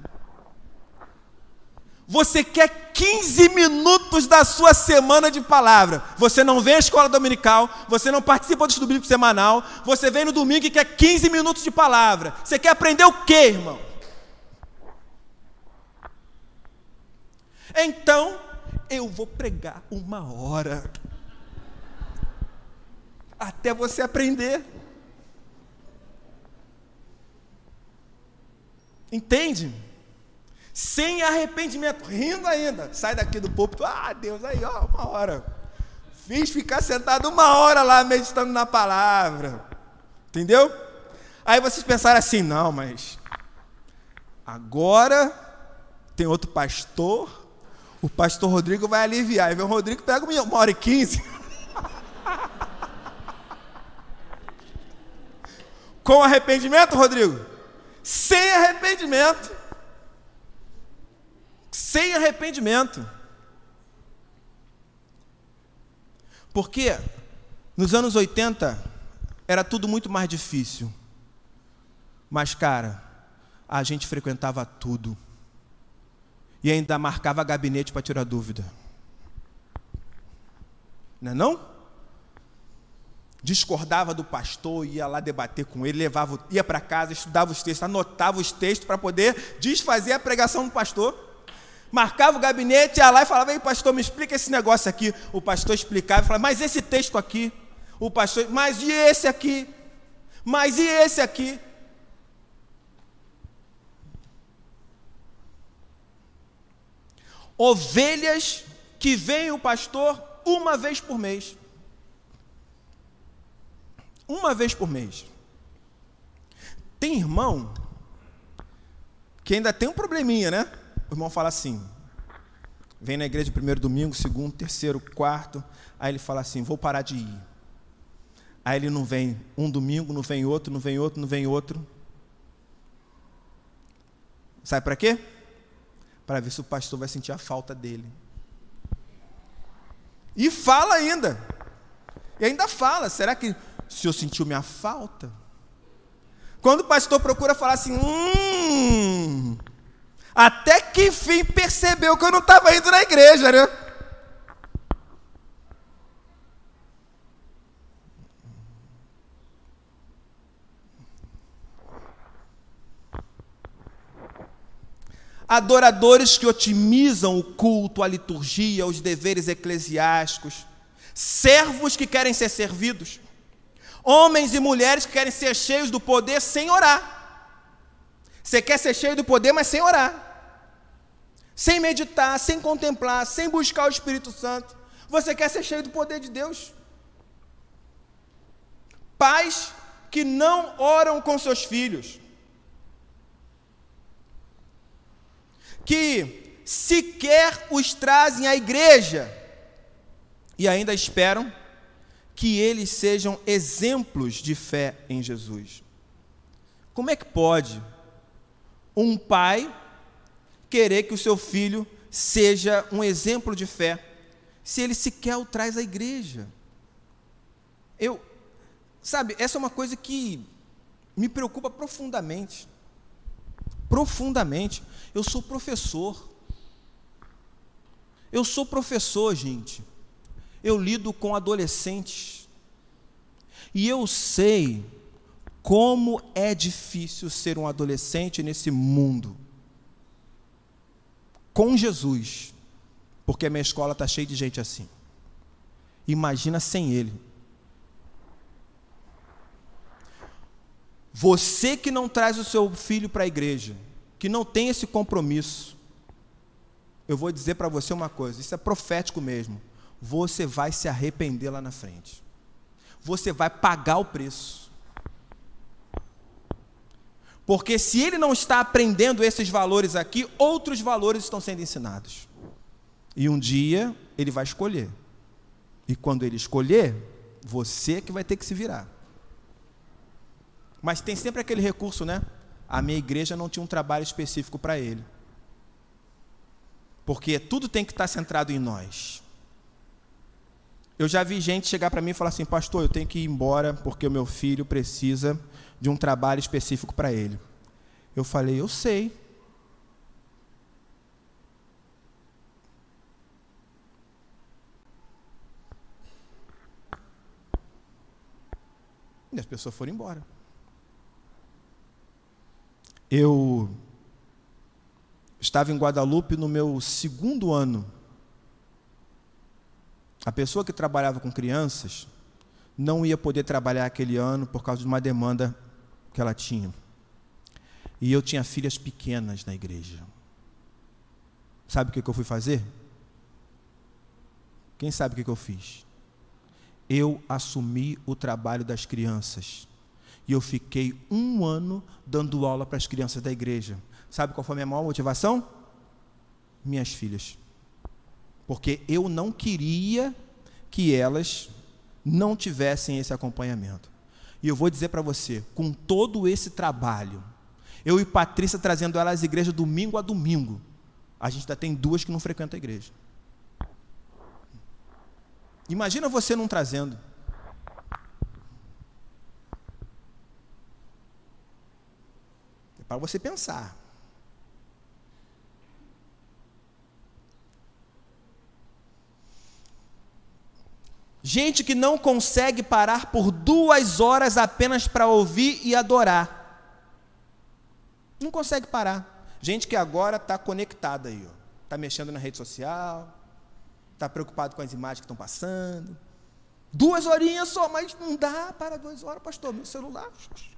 A: Você quer 15 minutos da sua semana de palavra. Você não vem à escola dominical, você não participa do estudo bíblico semanal, você vem no domingo e quer 15 minutos de palavra. Você quer aprender o quê, irmão? Então, eu vou pregar 1 hora. Até você aprender. Entende? Sem arrependimento, rindo ainda. Sai daqui do púlpito, Deus, aí, 1 hora. Fiz ficar sentado 1 hora lá meditando na palavra. Entendeu? Aí vocês pensaram assim: não, mas agora tem outro pastor, o pastor Rodrigo vai aliviar. Aí vem o Rodrigo, pega 1h15. Com arrependimento, Rodrigo? Sem arrependimento. Sem arrependimento. Porque nos anos 80 era tudo muito mais difícil. Mas, cara, a gente frequentava tudo. E ainda marcava gabinete para tirar dúvida. Não é não? Discordava do pastor, ia lá debater com ele, ia para casa, estudava os textos, anotava os textos para poder desfazer a pregação do pastor. Marcava o gabinete, ia lá e falava: ei, pastor, me explica esse negócio aqui. O pastor explicava e falava: mas esse texto aqui? O pastor: mas e esse aqui? Mas e esse aqui? Ovelhas que veem o pastor 1 vez por mês. 1 vez por mês. Tem irmão que ainda tem um probleminha, né? O irmão fala assim, vem na igreja primeiro domingo, segundo, terceiro, quarto, aí ele fala assim: vou parar de ir. Aí ele não vem um domingo, não vem outro, não vem outro, não vem outro. Sabe para quê? Para ver se o pastor vai sentir a falta dele. E fala ainda. E ainda fala: será que o senhor sentiu minha falta? Quando o pastor procura falar assim: até que enfim percebeu que eu não estava indo na igreja, né? Adoradores que otimizam o culto, a liturgia, os deveres eclesiásticos, servos que querem ser servidos, homens e mulheres que querem ser cheios do poder sem orar. Você quer ser cheio do poder, mas sem orar, sem meditar, sem contemplar, sem buscar o Espírito Santo. Você quer ser cheio do poder de Deus. Pais que não oram com seus filhos, que sequer os trazem à igreja e ainda esperam que eles sejam exemplos de fé em Jesus. Como é que pode um pai querer que o seu filho seja um exemplo de fé se ele sequer o traz à igreja? Sabe, essa é uma coisa que me preocupa profundamente. Profundamente. Eu sou professor. Gente. Eu lido com adolescentes. E eu sei como é difícil ser um adolescente nesse mundo. Com Jesus. Porque a minha escola está cheia de gente assim. Imagina sem ele. Você que não traz o seu filho para a igreja, que não tem esse compromisso, eu vou dizer para você uma coisa, isso é profético mesmo, você vai se arrepender lá na frente. Você vai pagar o preço. Porque se ele não está aprendendo esses valores aqui, outros valores estão sendo ensinados. E um dia ele vai escolher. E quando ele escolher, você que vai ter que se virar. Mas tem sempre aquele recurso, né? A minha igreja não tinha um trabalho específico para ele. Porque tudo tem que estar centrado em nós. Eu já vi gente chegar para mim e falar assim: pastor, eu tenho que ir embora porque o meu filho precisa de um trabalho específico para ele. Eu falei: eu sei. E as pessoas foram embora. Eu estava em Guadalupe no meu 2º ano. A pessoa que trabalhava com crianças não ia poder trabalhar aquele ano por causa de uma demanda que ela tinha. E eu tinha filhas pequenas na igreja. Sabe o que eu fui fazer? Quem sabe o que eu fiz? Eu assumi o trabalho das crianças. E eu fiquei 1 ano dando aula para as crianças da igreja. Sabe qual foi a minha maior motivação? Minhas filhas. Porque eu não queria que elas não tivessem esse acompanhamento. E eu vou dizer para você, com todo esse trabalho, eu e Patrícia trazendo elas às igrejas domingo a domingo, a gente ainda tem 2 que não frequentam a igreja. Imagina você não trazendo. É para você pensar. Gente que não consegue parar por 2 horas apenas para ouvir e adorar. Não consegue parar. Gente que agora está conectada aí, está mexendo na rede social, está preocupado com as imagens que estão passando. 2 horinhas só, mas não dá para 2 horas, pastor, meu celular.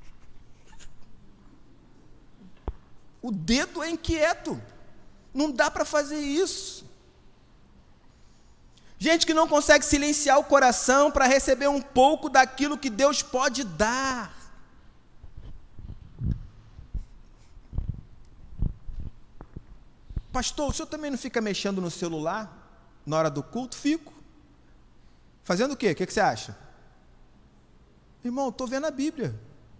A: O dedo é inquieto. Não dá para fazer isso. Gente que não consegue silenciar o coração para receber um pouco daquilo que Deus pode dar. Pastor, o senhor também não fica mexendo no celular na hora do culto? Fico. Fazendo o quê? O que você acha? Irmão, estou vendo a Bíblia.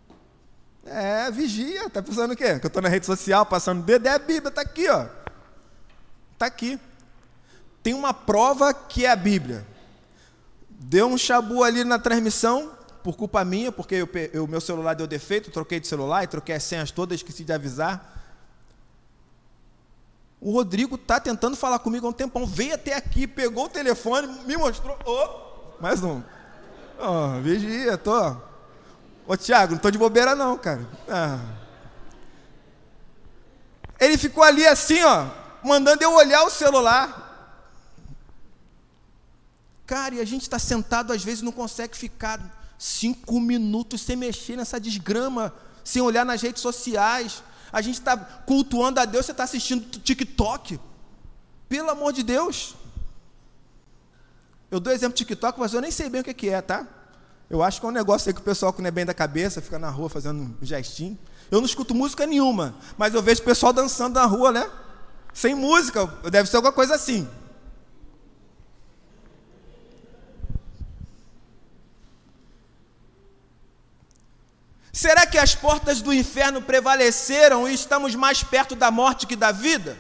A: Vigia. Está pensando o quê? Que eu estou na rede social passando dedo? É a Bíblia, está aqui, ó. Está aqui. Tem uma prova que é a Bíblia. Deu um chabu ali na transmissão, por culpa minha, porque o meu celular deu defeito, troquei de celular e troquei as senhas todas, esqueci de avisar. O Rodrigo está tentando falar comigo há um tempão, veio até aqui, pegou o telefone, me mostrou. Mais um. Vigia, tô. Tiago, não tô de bobeira não, cara. Ele ficou ali assim, mandando eu olhar o celular. Cara, e a gente está sentado, às vezes não consegue ficar 5 minutos sem mexer nessa desgrama, sem olhar nas redes sociais. A gente está cultuando a Deus, você está assistindo TikTok. Pelo amor de Deus. Eu dou exemplo de TikTok, mas eu nem sei bem o que é, tá? Eu acho que é um negócio aí que o pessoal que não é bem da cabeça, fica na rua fazendo um gestinho. Eu não escuto música nenhuma, mas eu vejo o pessoal dançando na rua, né? Sem música, deve ser alguma coisa assim. Será que as portas do inferno prevaleceram e estamos mais perto da morte que da vida?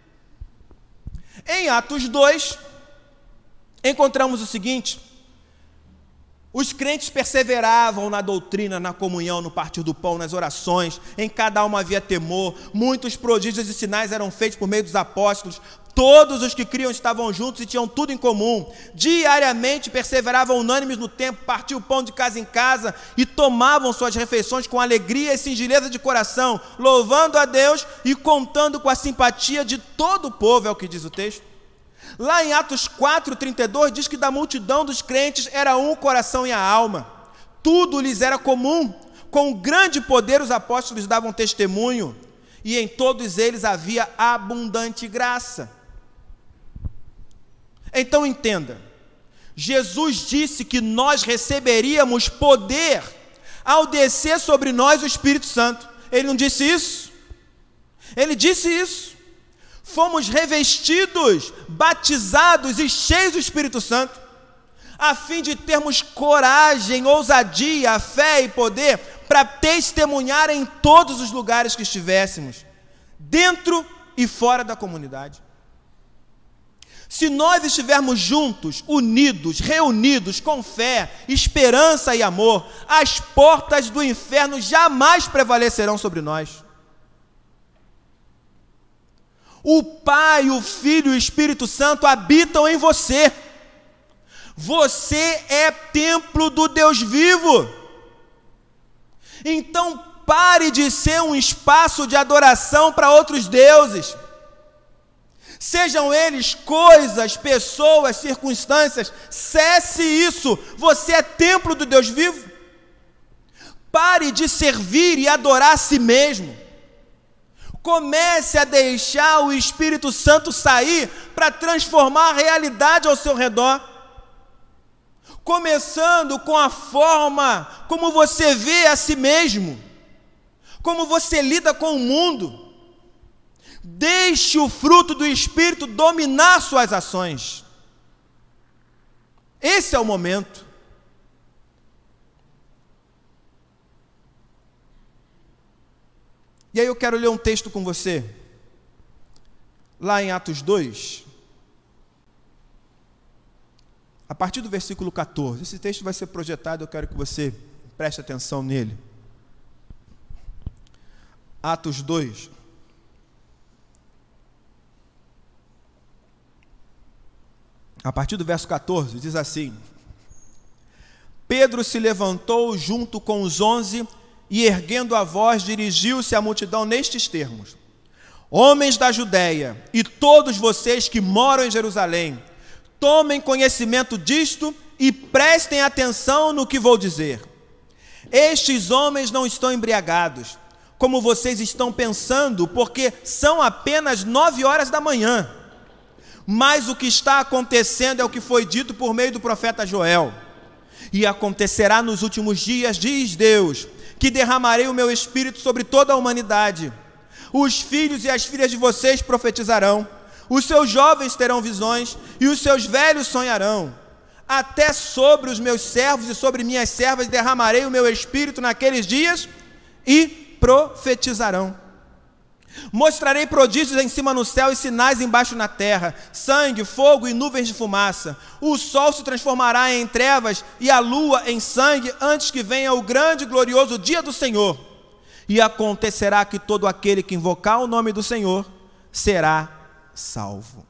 A: Em Atos 2, encontramos o seguinte: os crentes perseveravam na doutrina, na comunhão, no partir do pão, nas orações, em cada alma havia temor, muitos prodígios e sinais eram feitos por meio dos apóstolos, todos os que criam estavam juntos e tinham tudo em comum, diariamente perseveravam unânimes no templo, partiam o pão de casa em casa e tomavam suas refeições com alegria e singeleza de coração, louvando a Deus e contando com a simpatia de todo o povo, é o que diz o texto. Lá em Atos 4:32 diz que da multidão dos crentes era um o coração e a alma, tudo lhes era comum, com grande poder os apóstolos davam testemunho e em todos eles havia abundante graça. Então entenda, Jesus disse que nós receberíamos poder ao descer sobre nós o Espírito Santo. Ele não disse isso? Ele disse isso. Fomos revestidos, batizados e cheios do Espírito Santo, a fim de termos coragem, ousadia, fé e poder para testemunhar em todos os lugares que estivéssemos, dentro e fora da comunidade. Se nós estivermos juntos, unidos, reunidos, com fé, esperança e amor, as portas do inferno jamais prevalecerão sobre nós. O Pai, o Filho e o Espírito Santo habitam em você. Você é templo do Deus vivo. Então pare de ser um espaço de adoração para outros deuses. Sejam eles coisas, pessoas, circunstâncias, cesse isso. Você é templo do Deus vivo. Pare de servir e adorar a si mesmo. Comece a deixar o Espírito Santo sair para transformar a realidade ao seu redor. Começando com a forma como você vê a si mesmo, como você lida com o mundo. Deixe o fruto do Espírito dominar suas ações. Esse é o momento. E aí eu quero ler um texto com você, lá em Atos 2, a partir do versículo 14. Esse texto vai ser projetado, eu quero que você preste atenção nele. Atos 2. A partir do verso 14, diz assim: Pedro se levantou junto com os 11 e, erguendo a voz, dirigiu-se à multidão nestes termos: Homens da Judéia e todos vocês que moram em Jerusalém, tomem conhecimento disto e prestem atenção no que vou dizer. Estes homens não estão embriagados, como vocês estão pensando, porque são apenas 9 horas da manhã. Mas o que está acontecendo é o que foi dito por meio do profeta Joel. E acontecerá nos últimos dias, diz Deus, que derramarei o meu espírito sobre toda a humanidade. Os filhos e as filhas de vocês profetizarão, os seus jovens terão visões e os seus velhos sonharão. Até sobre os meus servos e sobre minhas servas derramarei o meu espírito naqueles dias e profetizarão. Mostrarei prodígios em cima no céu e sinais embaixo na terra, sangue, fogo e nuvens de fumaça. O sol se transformará em trevas e a lua em sangue antes que venha o grande e glorioso dia do Senhor. E acontecerá que todo aquele que invocar o nome do Senhor será salvo.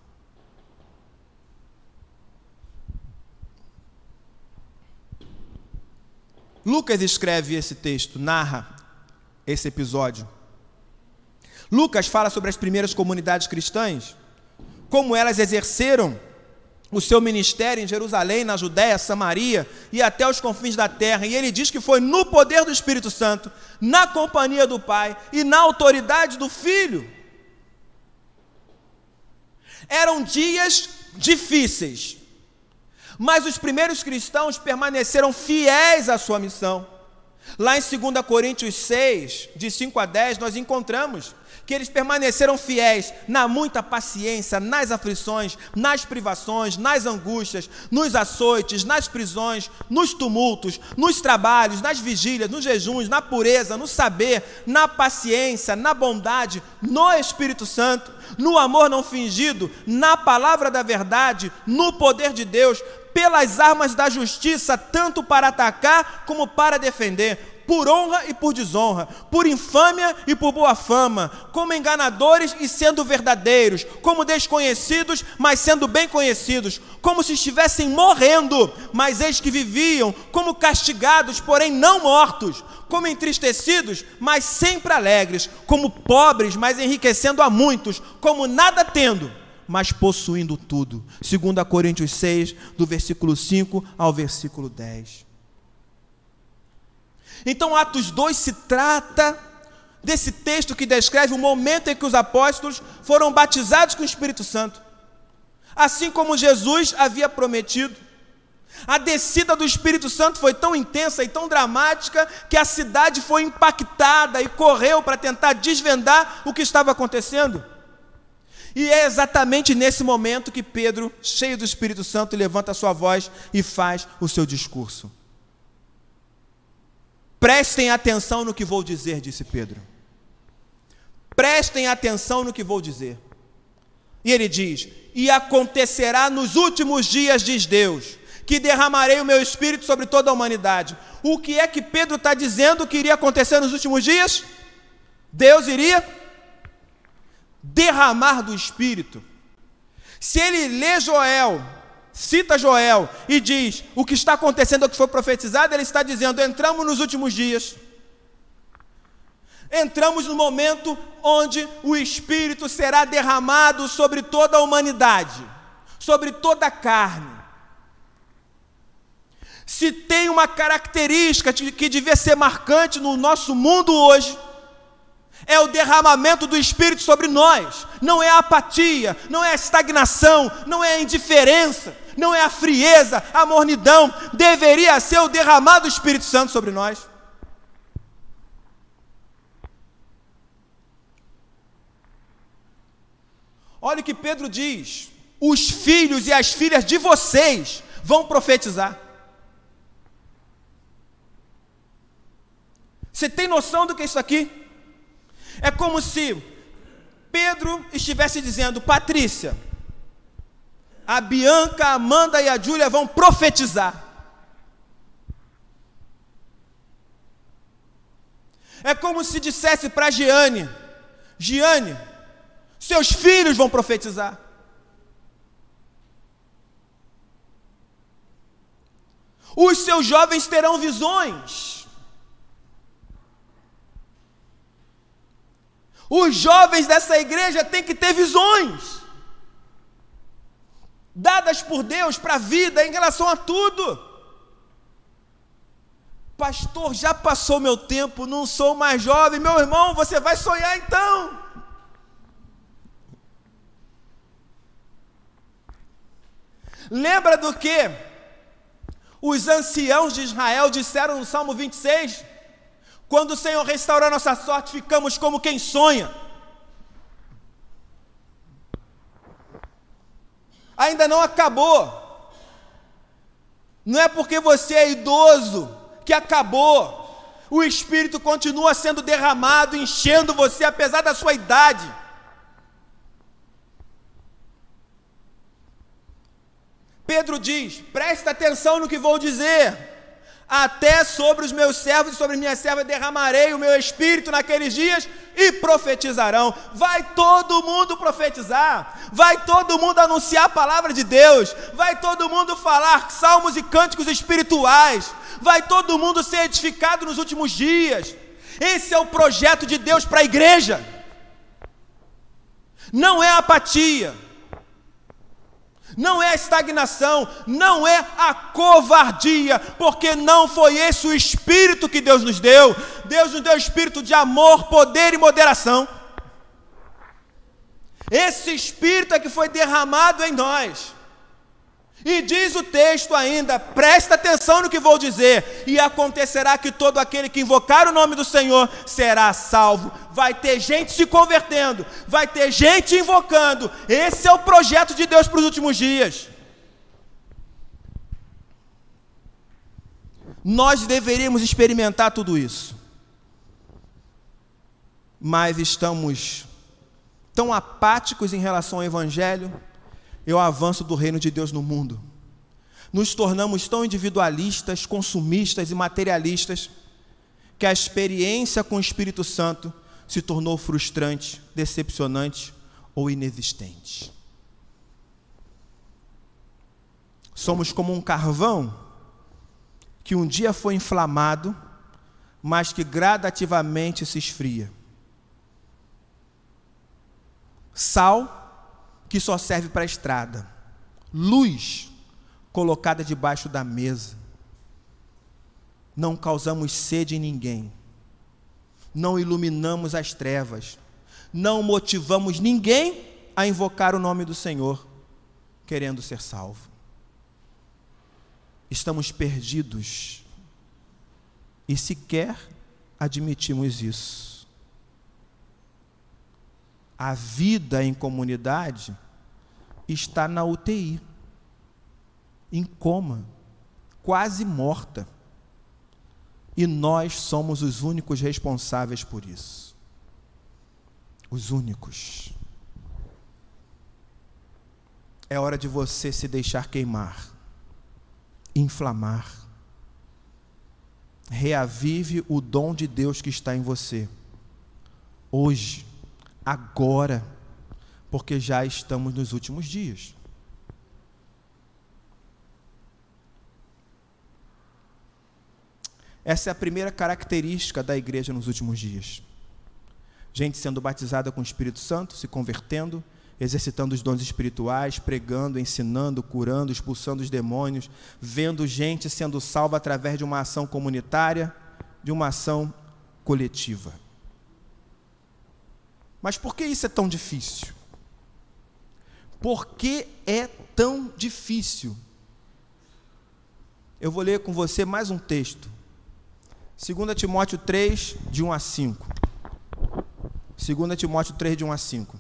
A: Lucas escreve esse texto, narra esse episódio. Lucas fala sobre as primeiras comunidades cristãs, como elas exerceram o seu ministério em Jerusalém, na Judéia, Samaria e até os confins da terra. E ele diz que foi no poder do Espírito Santo, na companhia do Pai e na autoridade do Filho. Eram dias difíceis, mas os primeiros cristãos permaneceram fiéis à sua missão. Lá em 2 Coríntios 6, de 5 a 10, nós encontramos que eles permaneceram fiéis na muita paciência, nas aflições, nas privações, nas angústias, nos açoites, nas prisões, nos tumultos, nos trabalhos, nas vigílias, nos jejuns, na pureza, no saber, na paciência, na bondade, no Espírito Santo, no amor não fingido, na palavra da verdade, no poder de Deus, pelas armas da justiça, tanto para atacar como para defender, por honra e por desonra, por infâmia e por boa fama, como enganadores e sendo verdadeiros, como desconhecidos, mas sendo bem conhecidos, como se estivessem morrendo, mas eis que viviam, como castigados, porém não mortos, como entristecidos, mas sempre alegres, como pobres, mas enriquecendo a muitos, como nada tendo, mas possuindo tudo. 2 Coríntios 6, do versículo 5 ao versículo 10. Então Atos 2 se trata desse texto que descreve o momento em que os apóstolos foram batizados com o Espírito Santo. Assim como Jesus havia prometido. A descida do Espírito Santo foi tão intensa e tão dramática que a cidade foi impactada e correu para tentar desvendar o que estava acontecendo. E é exatamente nesse momento que Pedro, cheio do Espírito Santo, levanta a sua voz e faz o seu discurso. Prestem atenção no que vou dizer, disse Pedro. Prestem atenção no que vou dizer. E ele diz: e acontecerá nos últimos dias, diz Deus, que derramarei o meu Espírito sobre toda a humanidade. O que é que Pedro está dizendo que iria acontecer nos últimos dias? Deus iria derramar do Espírito. Se ele lê Joel, cita Joel e diz o que está acontecendo é o que foi profetizado, ele está dizendo: entramos nos últimos dias. Entramos no momento onde o Espírito será derramado sobre toda a humanidade, sobre toda a carne. Se tem uma característica que devia ser marcante no nosso mundo hoje, é o derramamento do Espírito sobre nós. Não é a apatia, não é a estagnação, não é a indiferença, não é a frieza, a mornidão. Deveria ser o derramado do Espírito Santo sobre nós. Olha o que Pedro diz: os filhos e as filhas de vocês vão profetizar. Você tem noção do que é isso aqui? É como se Pedro estivesse dizendo: Patrícia, a Bianca, a Amanda e a Júlia vão profetizar. É como se dissesse para Giane: Giane, seus filhos vão profetizar. Os seus jovens terão visões. Os jovens dessa igreja têm que ter visões dadas por Deus para a vida em relação a tudo. Pastor, já passou meu tempo, não sou mais jovem. Meu irmão, você vai sonhar então. Lembra do que os anciãos de Israel disseram no Salmo 26? Quando o Senhor restaurar nossa sorte, ficamos como quem sonha. Ainda não acabou. Não é porque você é idoso que acabou. O Espírito continua sendo derramado, enchendo você, apesar da sua idade. Pedro diz: presta atenção no que vou dizer. Até sobre os meus servos e sobre minhas servas derramarei o meu Espírito naqueles dias e profetizarão. Vai todo mundo profetizar, vai todo mundo anunciar a palavra de Deus, vai todo mundo falar salmos e cânticos espirituais, vai todo mundo ser edificado nos últimos dias. Esse é o projeto de Deus para a igreja. Não é apatia, não é a estagnação, não é a covardia, porque não foi esse o Espírito que Deus nos deu. Deus nos deu Espírito de amor, poder e moderação. Esse Espírito é que foi derramado em nós. E diz o texto ainda, presta atenção no que vou dizer: e acontecerá que todo aquele que invocar o nome do Senhor será salvo. Vai ter gente se convertendo, vai ter gente invocando. Esse é o projeto de Deus para os últimos dias. Nós deveríamos experimentar tudo isso, mas estamos tão apáticos em relação ao Evangelho e ao avanço do reino de Deus no mundo. Nos tornamos tão individualistas, consumistas e materialistas, que a experiência com o Espírito Santo se tornou frustrante, decepcionante ou inexistente. Somos como um carvão que um dia foi inflamado, mas que gradativamente se esfria. Sal que só serve para a estrada, luz colocada debaixo da mesa. Não causamos sede em ninguém, não iluminamos as trevas, não motivamos ninguém a invocar o nome do Senhor, querendo ser salvo. Estamos perdidos e sequer admitimos isso. A vida em comunidade está na UTI, em coma, quase morta. E nós somos os únicos responsáveis por isso. Os únicos. É hora de você se deixar queimar, inflamar. Reavive o dom de Deus que está em você. Hoje, agora, porque já estamos nos últimos dias. Essa é a primeira característica da igreja nos últimos dias. Gente sendo batizada com o Espírito Santo, se convertendo, exercitando os dons espirituais, pregando, ensinando, curando, expulsando os demônios, vendo gente sendo salva através de uma ação comunitária, de uma ação coletiva. Mas por que isso é tão difícil? Por que é tão difícil? Eu vou ler com você mais um texto. 2 Timóteo 3, de 1 a 5. 2 Timóteo 3, de 1 a 5.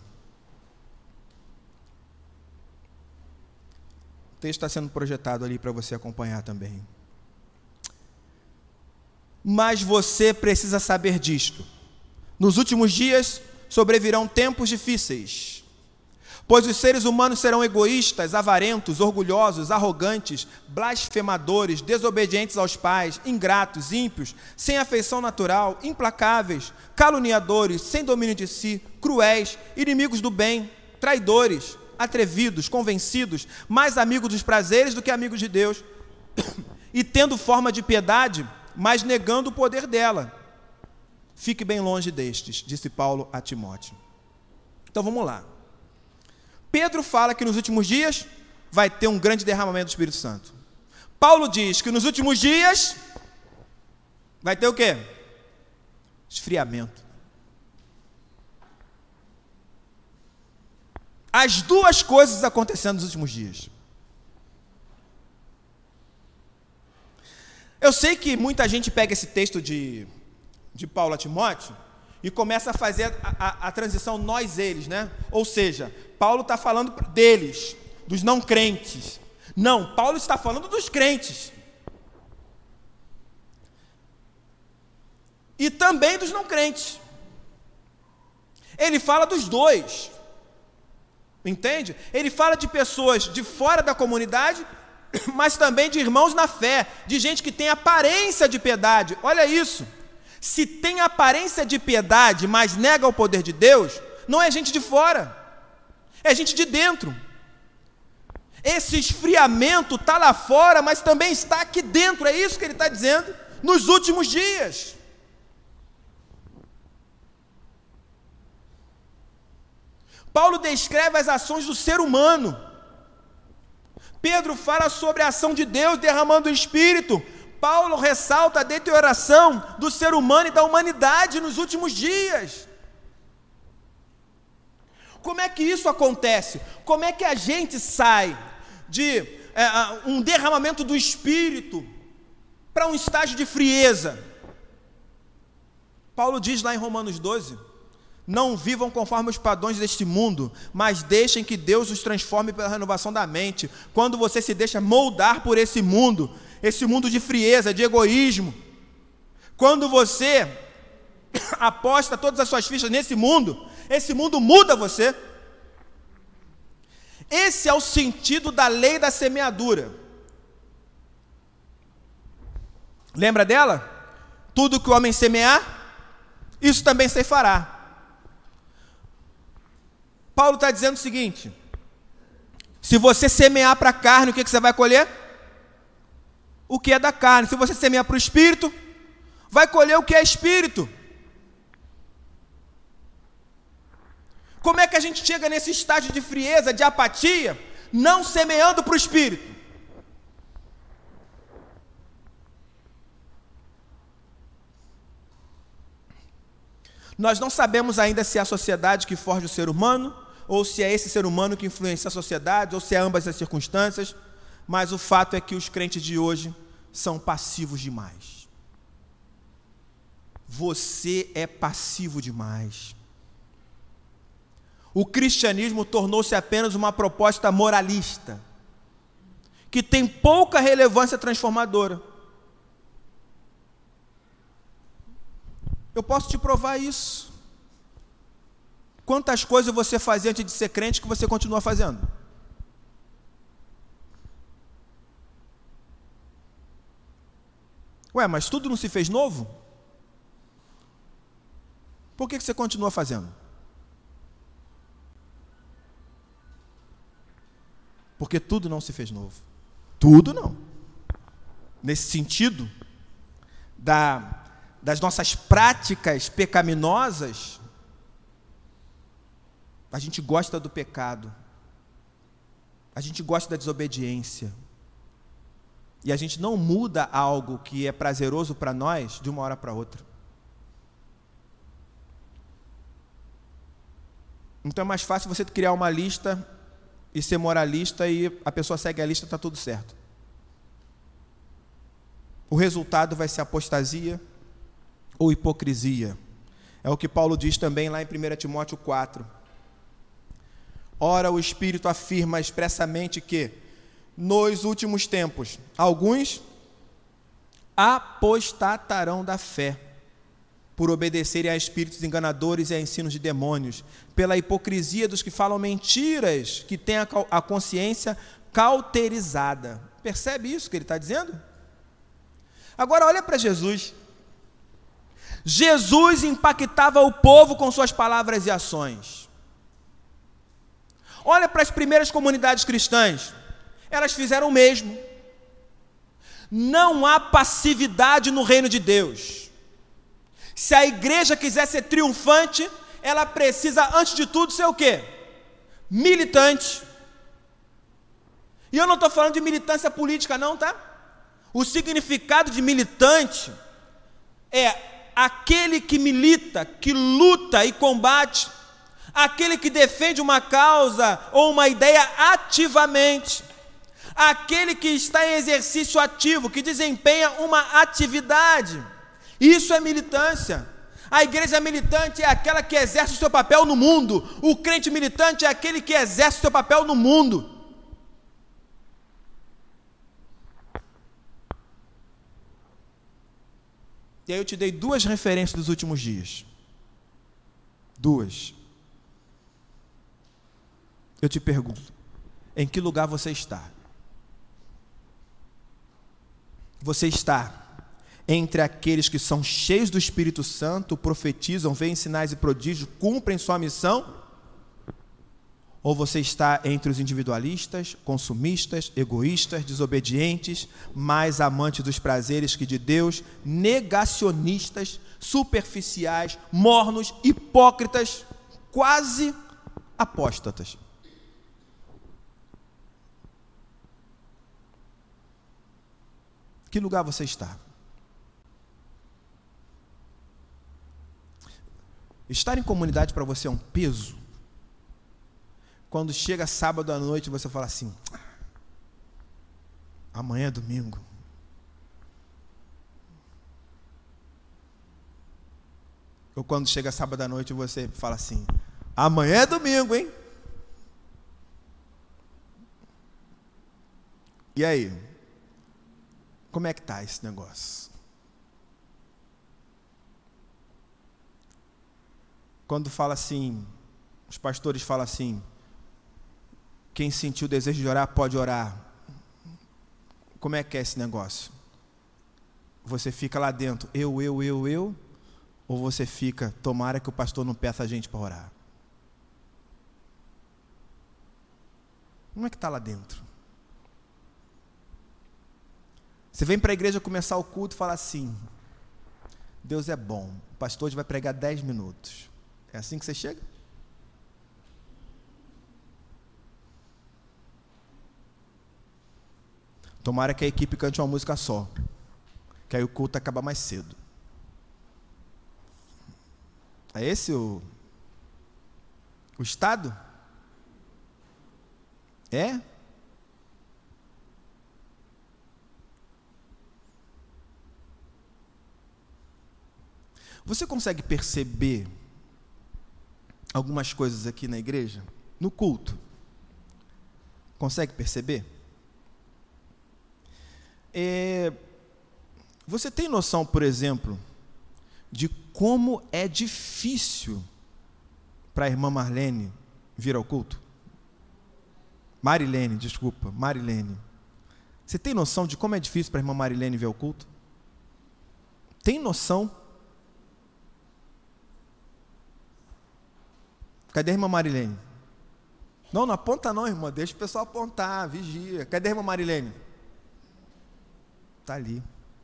A: O texto está sendo projetado ali para você acompanhar também. Mas você precisa saber disto. Nos últimos dias sobrevirão tempos difíceis, pois os seres humanos serão egoístas, avarentos, orgulhosos, arrogantes, blasfemadores, desobedientes aos pais, ingratos, ímpios, sem afeição natural, implacáveis, caluniadores, sem domínio de si, cruéis, inimigos do bem, traidores, atrevidos, convencidos, mais amigos dos prazeres do que amigos de Deus, e tendo forma de piedade, mas negando o poder dela. Fique bem longe destes, disse Paulo a Timóteo. Então vamos lá. Pedro fala que nos últimos dias vai ter um grande derramamento do Espírito Santo. Paulo diz que nos últimos dias vai ter o quê? Esfriamento. As duas coisas acontecendo nos últimos dias. Eu sei que muita gente pega esse texto de Paulo a Timóteo e começa a fazer a transição nós-eles, né? Ou seja, Paulo está falando deles, dos não crentes. Não, Paulo está falando dos crentes. E também dos não crentes. Ele fala dos dois. Entende? Ele fala de pessoas de fora da comunidade, mas também de irmãos na fé, de gente que tem aparência de piedade. Olha isso. Se tem aparência de piedade, mas nega o poder de Deus, não é gente de fora, é gente de dentro. Esse esfriamento está lá fora, mas também está aqui dentro. É isso que ele está dizendo nos últimos dias. Paulo descreve as ações do ser humano. Pedro fala sobre a ação de Deus derramando o Espírito. Paulo ressalta a deterioração do ser humano e da humanidade nos últimos dias. Como é que isso acontece? Como é que a gente sai de um derramamento do Espírito para um estágio de frieza? Paulo diz lá em Romanos 12, não vivam conforme os padrões deste mundo, mas deixem que Deus os transforme pela renovação da mente. Quando você se deixa moldar por esse mundo de frieza, de egoísmo, quando você aposta todas as suas fichas nesse mundo, esse mundo muda você. Esse é o sentido da lei da semeadura. Lembra dela? Tudo que o homem semear, isso também ceifará. Paulo está dizendo o seguinte: se você semear para a carne, o que você vai colher? O que é da carne. Se você semear para o Espírito, vai colher o que é Espírito. Como é que a gente chega nesse estágio de frieza, de apatia, não semeando para o Espírito? Nós não sabemos ainda se é a sociedade que forja o ser humano, ou se é esse ser humano que influencia a sociedade, ou se é ambas as circunstâncias, mas o fato é que os crentes de hoje são passivos demais. Você é passivo demais. O cristianismo tornou-se apenas uma proposta moralista, que tem pouca relevância transformadora. Eu posso te provar isso. Quantas coisas você fazia antes de ser crente que você continua fazendo? Ué, mas tudo não se fez novo? Por que você continua fazendo? Porque tudo não se fez novo. Tudo não. Nesse sentido, das nossas práticas pecaminosas, a gente gosta do pecado, a gente gosta da desobediência, e a gente não muda algo que é prazeroso para nós de uma hora para outra. Então é mais fácil você criar uma lista e ser moralista, e a pessoa segue a lista, está tudo certo. O resultado vai ser apostasia ou hipocrisia. É o que Paulo diz também lá em 1 Timóteo 4. Ora, o Espírito afirma expressamente que, nos últimos tempos, alguns apostatarão da fé, por obedecerem a espíritos enganadores e a ensinos de demônios, pela hipocrisia dos que falam mentiras, que têm a consciência cauterizada. Percebe isso que ele está dizendo? Agora olha para Jesus. Jesus impactava o povo com suas palavras e ações. Olha para as primeiras comunidades cristãs. Elas fizeram o mesmo. Não há passividade no reino de Deus. Se a igreja quiser ser triunfante, ela precisa, antes de tudo, ser o quê? Militante. E eu não estou falando de militância política não, tá? O significado de militante é aquele que milita, que luta e combate, aquele que defende uma causa ou uma ideia ativamente, aquele que está em exercício ativo, que desempenha uma atividade. Isso é militância. A igreja militante é aquela que exerce o seu papel no mundo. O crente militante é aquele que exerce o seu papel no mundo. E aí eu te dei duas referências dos últimos dias. Duas. Eu te pergunto, em que lugar você está? Você está entre aqueles que são cheios do Espírito Santo, profetizam, veem sinais e prodígios, cumprem sua missão? Ou você está entre os individualistas, consumistas, egoístas, desobedientes, mais amantes dos prazeres que de Deus, negacionistas, superficiais, mornos, hipócritas, quase apóstatas? Que lugar você está? Estar em comunidade para você é um peso? Quando chega sábado à noite, você fala assim: amanhã é domingo. Ou quando chega sábado à noite, você fala assim: amanhã é domingo, hein? E aí? Como é que está esse negócio? Quando fala assim, os pastores falam assim: quem sentiu o desejo de orar, pode orar. Como é que é esse negócio? Você fica lá dentro, eu, ou você fica, tomara que o pastor não peça a gente para orar? Como é que está lá dentro? Você vem para a igreja começar o culto e fala assim: Deus é bom, o pastor hoje vai pregar 10 minutos. É assim que você chega? Tomara que a equipe cante uma música só, que aí o culto acaba mais cedo. É esse o estado? É? Você consegue perceber algumas coisas aqui na igreja? No culto? Consegue perceber? Você tem noção, por exemplo, de como é difícil para a irmã Marilene vir ao culto? Marilene. Você tem noção de como é difícil para a irmã Marilene vir ao culto? Tem noção? Cadê a irmã Marilene? Não aponta não, irmã. Deixa o pessoal apontar, vigia. Cadê a irmã Marilene? Está ali.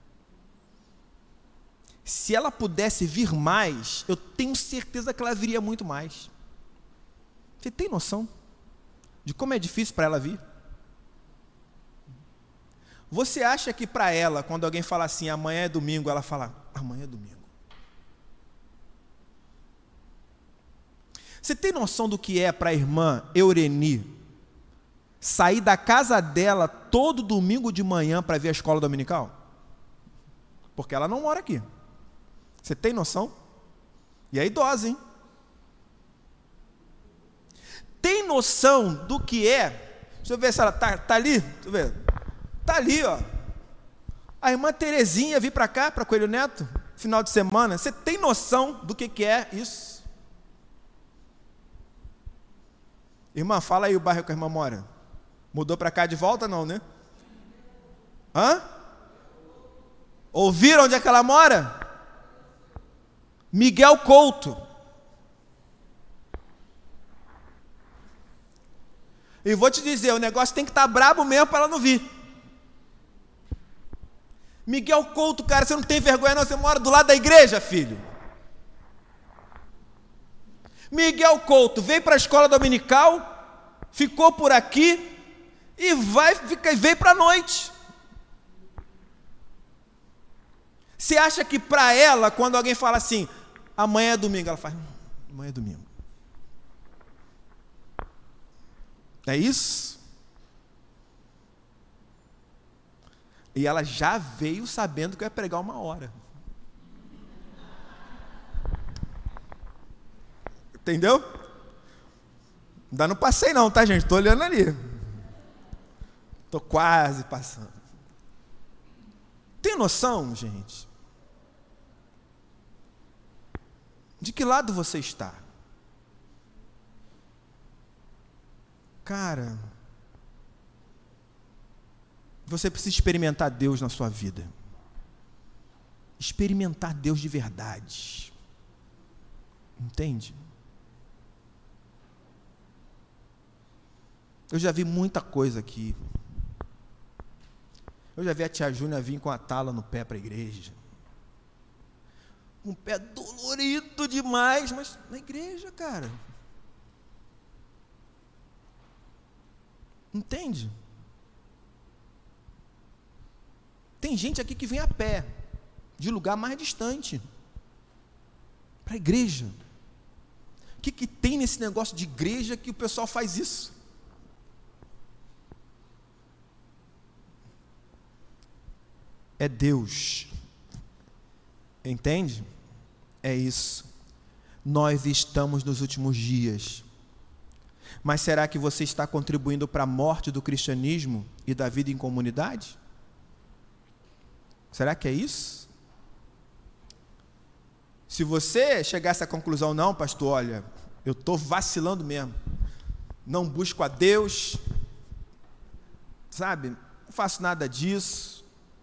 A: Se ela pudesse vir mais, eu tenho certeza que ela viria muito mais. Você tem noção de como é difícil para ela vir? Você acha que para ela, quando alguém fala assim, amanhã é domingo, ela fala, amanhã é domingo? Você tem noção do que é para a irmã Eureni sair da casa dela todo domingo de manhã para ver a escola dominical? Porque ela não mora aqui. Você tem noção? E é idosa, hein? Tem noção do que é? Deixa eu ver se ela tá ali. Deixa eu ver. Tá ali, ó. A irmã Terezinha vir para cá, para Coelho Neto, final de semana. Você tem noção do que é isso? Irmã, fala aí o bairro que a irmã mora. Mudou para cá de volta, não, né? Hã? Ouviram onde é que ela mora? Miguel Couto. E vou te dizer, o negócio tem que estar brabo mesmo para ela não vir. Miguel Couto, cara, você não tem vergonha não, você mora do lado da igreja, filho. Miguel Couto veio para a escola dominical, ficou por aqui e veio para a noite. Você acha que para ela, quando alguém fala assim, amanhã é domingo, ela fala, amanhã é domingo. É isso? E ela já veio sabendo que eu ia pregar 1 hora. Entendeu? Ainda não passei não, tá, gente? Estou olhando ali. Estou quase passando. Tem noção, gente? De que lado você está? Cara, você precisa experimentar Deus na sua vida. Experimentar Deus de verdade. Entende? Eu já vi muita coisa aqui. Eu já vi a tia Júnia vir com a tala no pé para a igreja. Um pé dolorido demais, mas na igreja, cara. Entende? Tem gente aqui que vem a pé, de lugar mais distante, para a igreja. O que tem nesse negócio de igreja que o pessoal faz isso? É Deus. Entende? É isso. Nós estamos nos últimos dias. Mas será que você está contribuindo para a morte do cristianismo e da vida em comunidade? Será que é isso? Se você chegar a essa conclusão, não, pastor, olha, eu estou vacilando mesmo. Não busco a Deus, sabe? Não faço nada disso.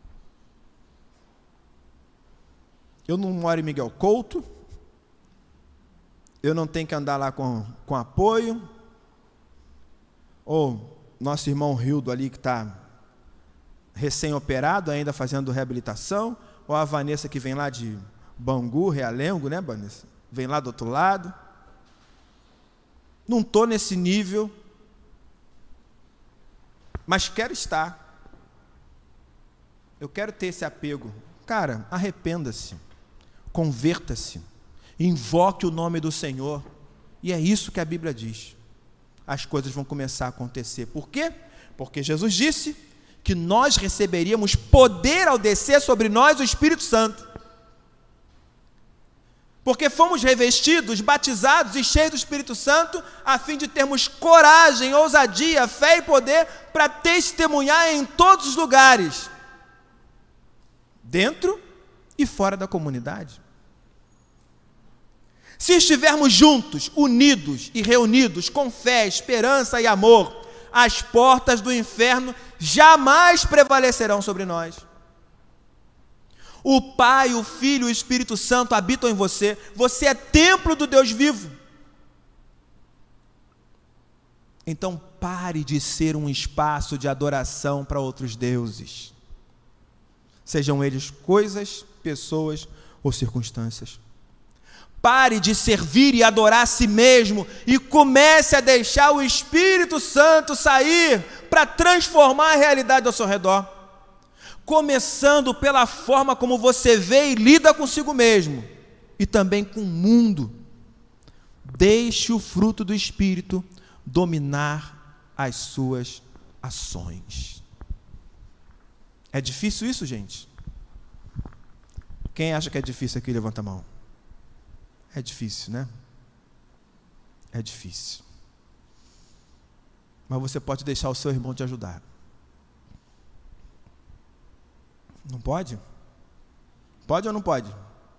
A: Eu não moro em Miguel Couto, eu não tenho que andar lá com apoio, ou nosso irmão Rildo ali que está recém-operado, ainda fazendo reabilitação, ou a Vanessa que vem lá de Bangu, Realengo, né, Vanessa? Vem lá do outro lado. Não estou nesse nível, mas quero estar. Eu quero ter esse apego. Cara, arrependa-se. Converta-se, invoque o nome do Senhor, e é isso que a Bíblia diz. As coisas vão começar a acontecer. Por quê? Porque Jesus disse que nós receberíamos poder ao descer sobre nós o Espírito Santo. Porque fomos revestidos, batizados e cheios do Espírito Santo, a fim de termos coragem, ousadia, fé e poder para testemunhar em todos os lugares, dentro e fora da comunidade. Se estivermos juntos, unidos e reunidos, com fé, esperança e amor, as portas do inferno jamais prevalecerão sobre nós. O Pai, o Filho e o Espírito Santo habitam em você. Você é templo do Deus vivo. Então pare de ser um espaço de adoração para outros deuses. Sejam eles coisas, pessoas ou circunstâncias. Pare de servir e adorar a si mesmo e comece a deixar o Espírito Santo sair para transformar a realidade ao seu redor. Começando pela forma como você vê e lida consigo mesmo e também com o mundo. Deixe o fruto do Espírito dominar as suas ações. É difícil isso, gente? Quem acha que é difícil aqui, levanta a mão. É difícil, né? É difícil. Mas você pode deixar o seu irmão te ajudar. Não pode? Pode ou não pode?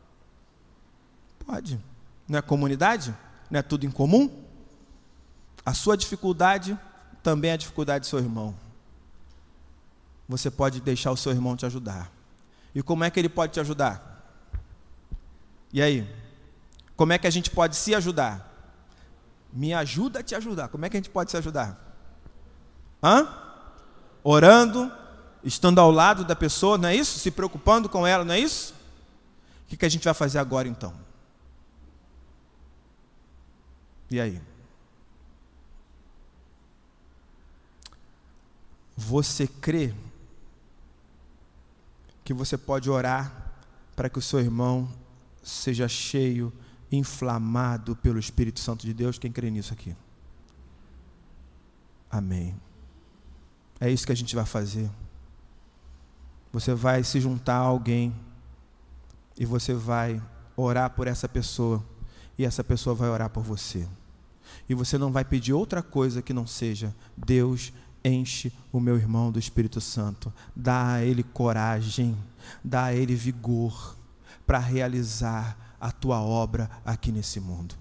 A: Pode. Não é comunidade? Não é tudo em comum? A sua dificuldade também é a dificuldade do seu irmão. Você pode deixar o seu irmão te ajudar. E como é que ele pode te ajudar? E aí? Como é que a gente pode se ajudar? Me ajuda a te ajudar. Como é que a gente pode se ajudar? Orando, estando ao lado da pessoa, não é isso? Se preocupando com ela, não é isso? O que a gente vai fazer agora então? E aí? Você crê que você pode orar para que o seu irmão seja cheio, inflamado pelo Espírito Santo de Deus? Quem crê nisso aqui? Amém. É isso que a gente vai fazer. Você vai se juntar a alguém e você vai orar por essa pessoa e essa pessoa vai orar por você. E você não vai pedir outra coisa que não seja: Deus, enche o meu irmão do Espírito Santo, dá a ele coragem, dá a ele vigor para realizar a tua obra aqui nesse mundo.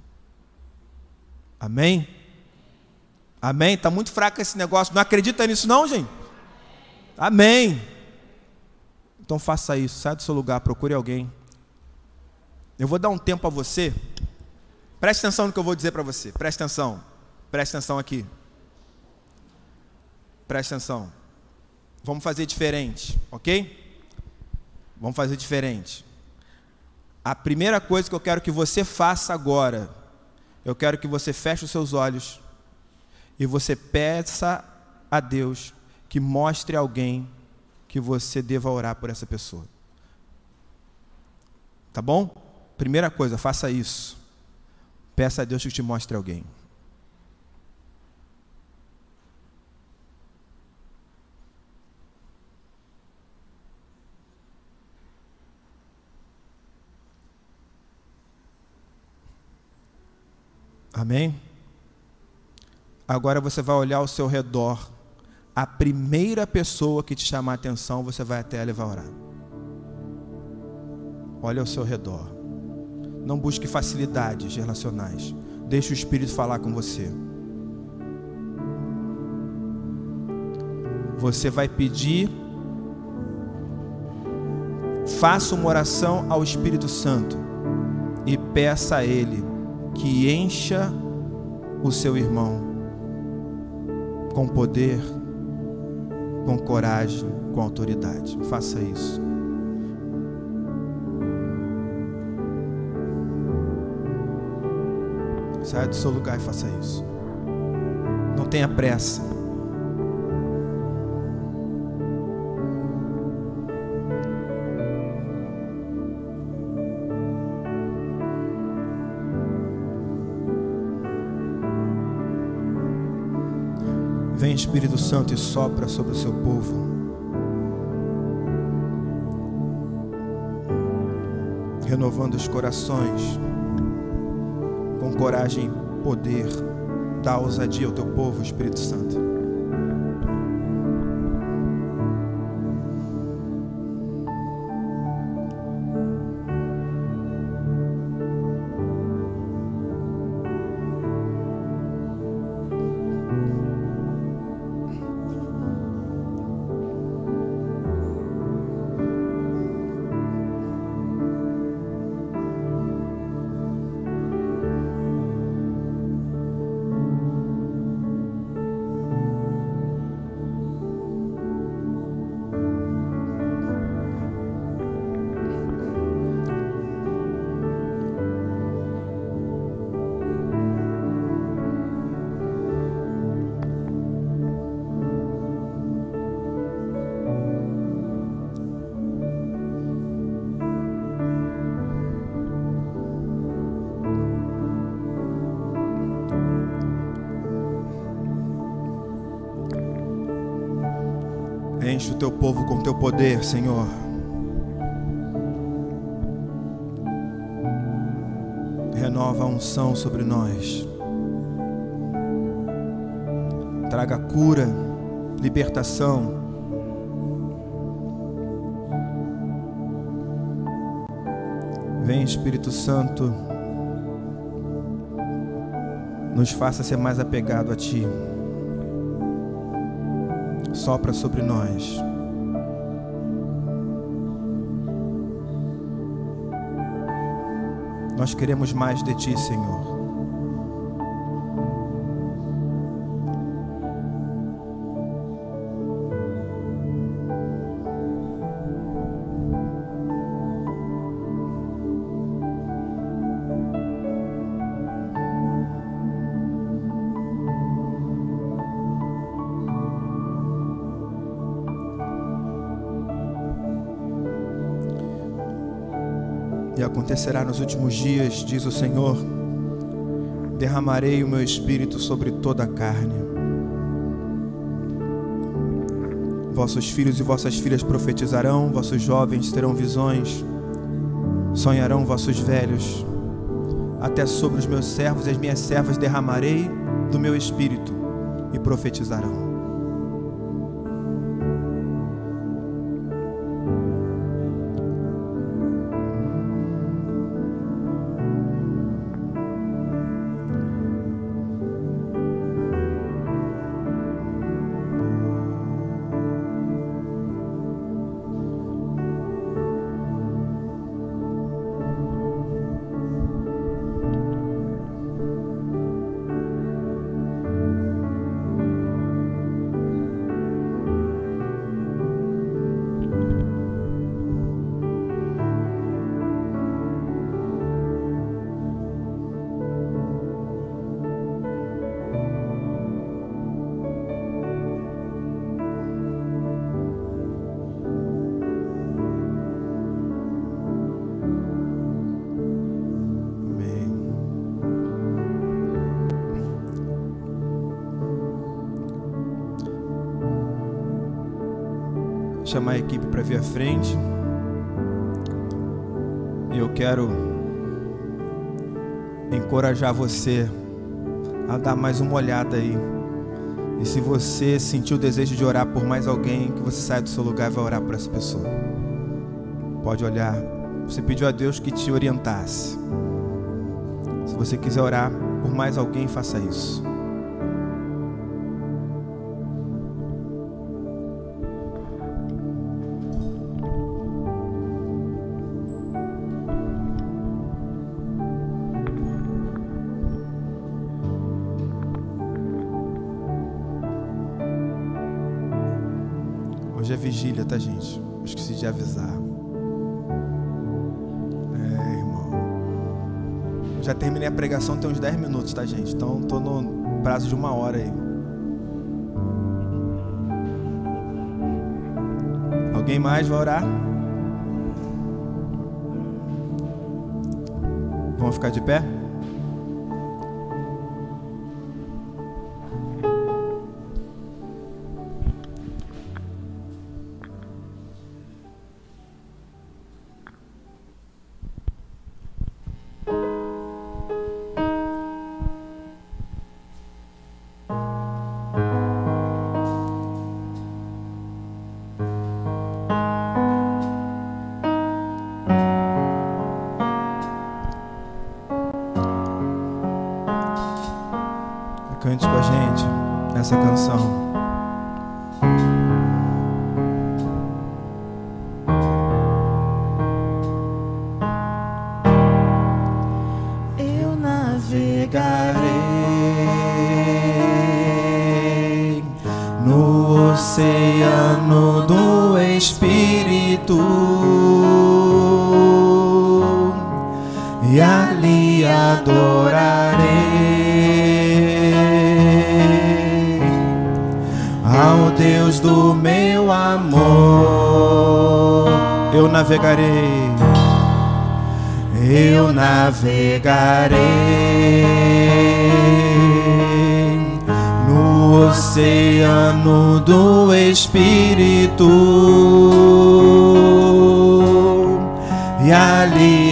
A: Amém? Amém? Está muito fraco esse negócio. Não acredita nisso não, gente? Amém. Então faça isso, sai do seu lugar, procure alguém. Eu vou dar um tempo a você. Preste atenção no que eu vou dizer para você. Preste atenção. Preste atenção aqui. Preste atenção. Vamos fazer diferente, ok? Vamos fazer diferente. A primeira coisa que eu quero que você faça agora, eu quero que você feche os seus olhos e você peça a Deus que mostre alguém que você deva orar por essa pessoa. Tá bom? Primeira coisa, faça isso. Peça a Deus que te mostre alguém. Amém? Agora você vai olhar ao seu redor. A primeira pessoa que te chamar a atenção, você vai até ela e vai orar. Olha ao seu redor. Não busque facilidades relacionais. Deixe o Espírito falar com você. Você vai pedir, faça uma oração ao Espírito Santo e peça a Ele que encha o seu irmão com poder, com coragem, com autoridade. Faça isso. Saia do seu lugar e faça isso. Não tenha pressa. Vem, Espírito Santo, e sopra sobre o seu povo. Renovando os corações, com coragem e poder. Dá ousadia ao teu povo, Espírito Santo. Enche o teu povo com teu poder, Senhor. Renova a unção sobre nós. Traga cura, libertação. Vem, Espírito Santo, nos faça ser mais apegado a Ti. Sopra sobre nós. Nós queremos mais de Ti, Senhor. E acontecerá nos últimos dias, diz o Senhor, derramarei o meu espírito sobre toda a carne. Vossos filhos e vossas filhas profetizarão, vossos jovens terão visões, sonharão vossos velhos. Até sobre os meus servos e as minhas servas derramarei do meu espírito e profetizarão. Chamar a equipe para vir à frente. Eu quero encorajar você a dar mais uma olhada aí. E se você sentir o desejo de orar por mais alguém, que você saia do seu lugar e vai orar por essa pessoa. Pode olhar. Você pediu a Deus que te orientasse. Se você quiser orar por mais alguém, faça isso. Hoje é vigília, tá, gente? Eu esqueci de avisar. Irmão. Já terminei a pregação tem uns 10 minutos, tá, gente? Então tô no prazo de 1 hora aí. Alguém mais vai orar? Vamos ficar de pé? Cante com a gente essa canção.
B: Eu navegarei
A: no oceano do Espírito e ali adorarei ao Deus do meu amor. Eu navegarei no oceano do Espírito, e ali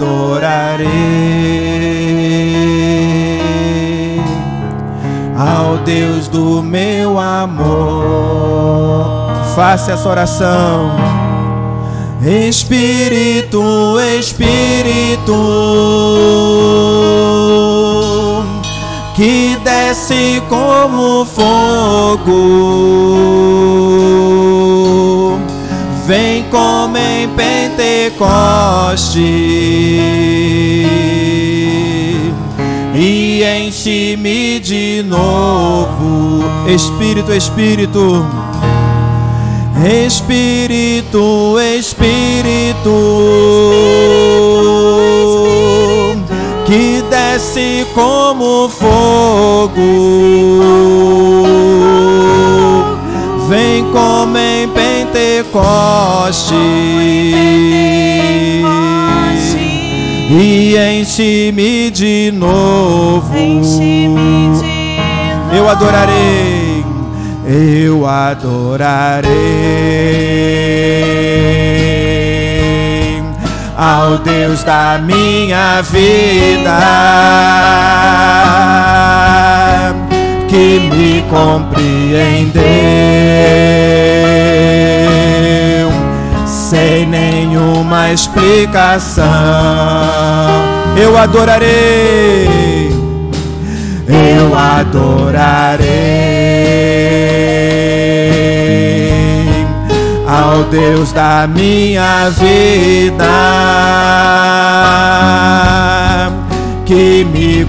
A: adorarei ao Deus do meu amor. Faça essa oração. Espírito, Espírito, que desce como fogo, vem como em Pentecoste e enche-me de novo. Espírito, Espírito, Espírito, Espírito, que desce como fogo, vem como em Pentecoste e enche-me de novo. Eu adorarei. Eu adorarei ao Deus da minha vida, que me compreendeu sem nenhuma explicação. Eu adorarei. Eu adorarei ao Deus da minha vida, que me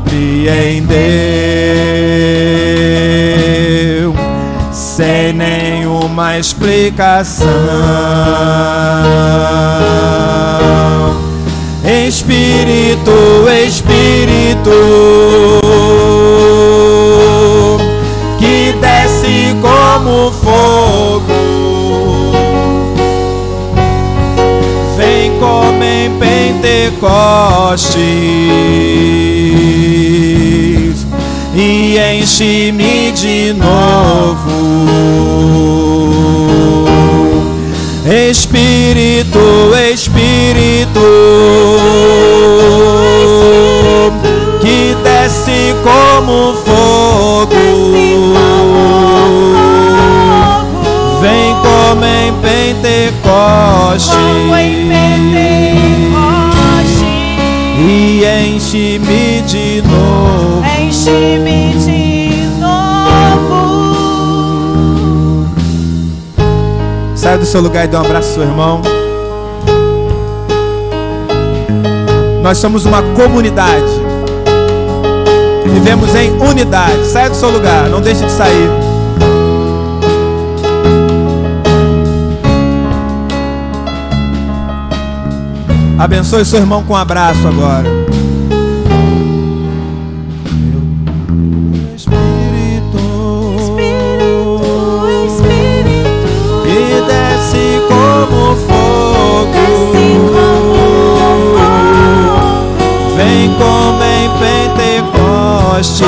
A: compreendeu sem nenhuma explicação. Espírito, Espírito, que desce como fogo, vem como em Pentecostes e enche-me de novo. Espírito, Espírito, que desce como fogo, vem como em Pentecoste e enche-me de novo.
B: Enche-me de novo.
A: Saia do seu lugar e dê um abraço ao seu irmão. Nós somos uma comunidade. Vivemos em unidade. Saia do seu lugar, não deixe de sair. Abençoe seu irmão com um abraço agora. Espírito, Espírito, que desce como fogo, vem como em Pentecoste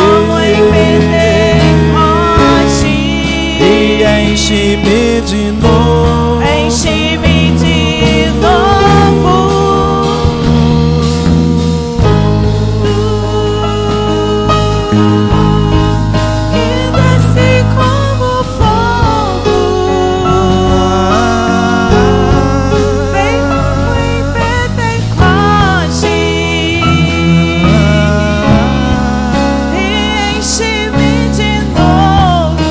A: e enche-me de novo.
B: Enche-me de novo. E desce como fogo, vem como em Pentecoste e enche-me de novo.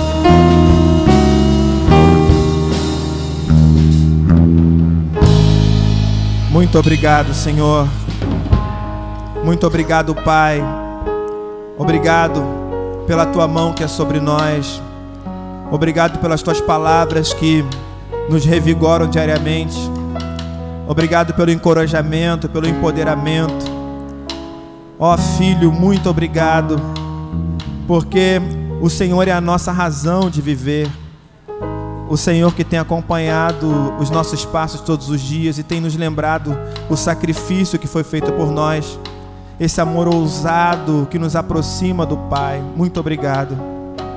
A: Muito obrigado, Senhor. Muito obrigado, Pai. Obrigado pela Tua mão que é sobre nós. Obrigado pelas Tuas palavras que nos revigoram diariamente. Obrigado pelo encorajamento, pelo empoderamento. Ó Filho, muito obrigado, porque o Senhor é a nossa razão de viver. O Senhor que tem acompanhado os nossos passos todos os dias e tem nos lembrado o sacrifício que foi feito por nós. Esse amor ousado que nos aproxima do Pai. Muito obrigado.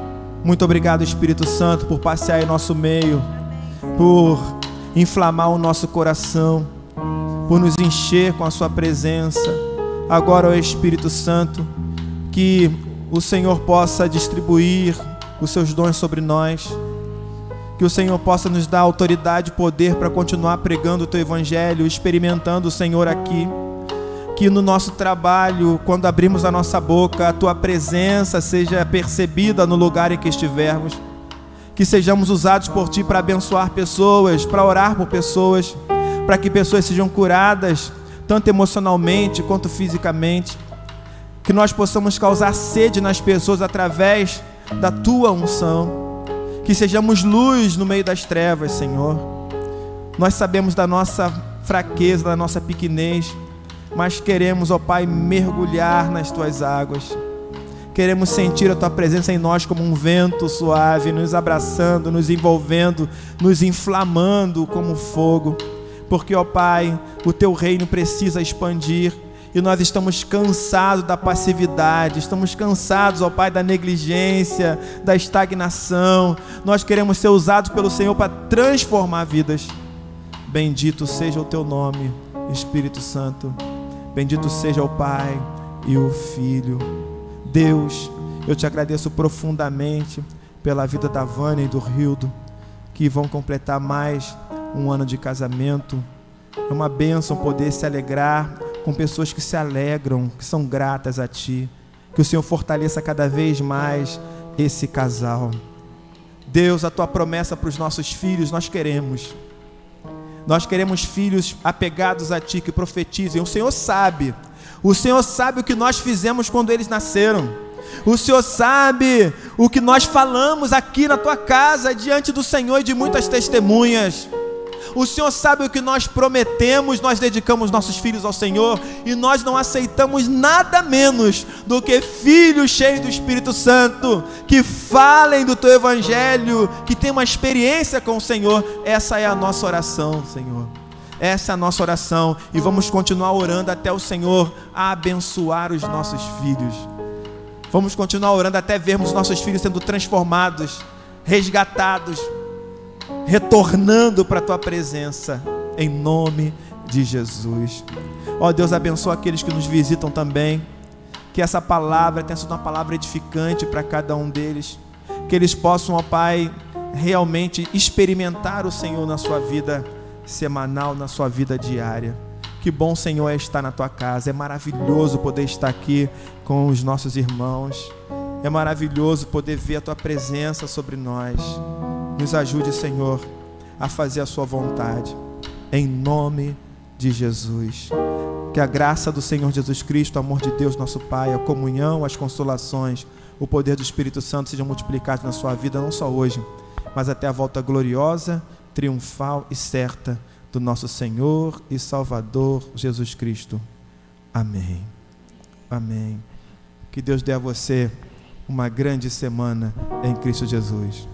A: Muito obrigado, Espírito Santo, por passear em nosso meio, por inflamar o nosso coração, por nos encher com a sua presença. Agora, ó Espírito Santo, que o Senhor possa distribuir os seus dons sobre nós, que o Senhor possa nos dar autoridade e poder para continuar pregando o teu evangelho, experimentando o Senhor aqui. Que no nosso trabalho, quando abrimos a nossa boca, a tua presença seja percebida no lugar em que estivermos. Que sejamos usados por ti para abençoar pessoas, para orar por pessoas, para que pessoas sejam curadas, tanto emocionalmente quanto fisicamente. Que nós possamos causar sede nas pessoas através da tua unção. Que sejamos luz no meio das trevas, Senhor. Nós sabemos da nossa fraqueza, da nossa pequenez, mas queremos, ó Pai, mergulhar nas tuas águas. Queremos sentir a tua presença em nós como um vento suave, nos abraçando, nos envolvendo, nos inflamando como fogo. Porque, ó Pai, o teu reino precisa expandir e nós estamos cansados da passividade, estamos cansados, ó Pai, da negligência, da estagnação. Nós queremos ser usados pelo Senhor para transformar vidas. Bendito seja o teu nome, Espírito Santo. Bendito seja o Pai e o Filho. Deus, eu te agradeço profundamente pela vida da Vânia e do Rildo, que vão completar mais um ano de casamento. É uma bênção poder se alegrar com pessoas que se alegram, que são gratas a ti. Que o Senhor fortaleça cada vez mais esse casal. Deus, a tua promessa para os nossos filhos, nós queremos filhos apegados a ti, que profetizem. O Senhor sabe o que nós fizemos quando eles nasceram. O Senhor sabe o que nós falamos aqui na tua casa, diante do Senhor e de muitas testemunhas. O Senhor sabe o que nós prometemos. Nós dedicamos nossos filhos ao Senhor e nós não aceitamos nada menos do que filhos cheios do Espírito Santo, que falem do teu evangelho, que tenham uma experiência com o Senhor. Essa é a nossa oração, Senhor. Essa é a nossa oração, e vamos continuar orando até o Senhor abençoar os nossos filhos. Vamos continuar orando até vermos nossos filhos sendo transformados, resgatados, retornando para a tua presença, em nome de Jesus. Ó Deus, abençoa aqueles que nos visitam também, que essa palavra tenha sido uma palavra edificante para cada um deles, que eles possam, ó Pai, realmente experimentar o Senhor na sua vida semanal, na sua vida diária. Que bom, Senhor, é estar na tua casa. É maravilhoso poder estar aqui com os nossos irmãos. É maravilhoso poder ver a tua presença sobre nós. Nos ajude, Senhor, a fazer a sua vontade, em nome de Jesus. Que a graça do Senhor Jesus Cristo, o amor de Deus nosso Pai, a comunhão, as consolações, o poder do Espírito Santo sejam multiplicados na sua vida, não só hoje, mas até a volta gloriosa, triunfal e certa do nosso Senhor e Salvador Jesus Cristo. Amém. Amém. Que Deus dê a você uma grande semana em Cristo Jesus.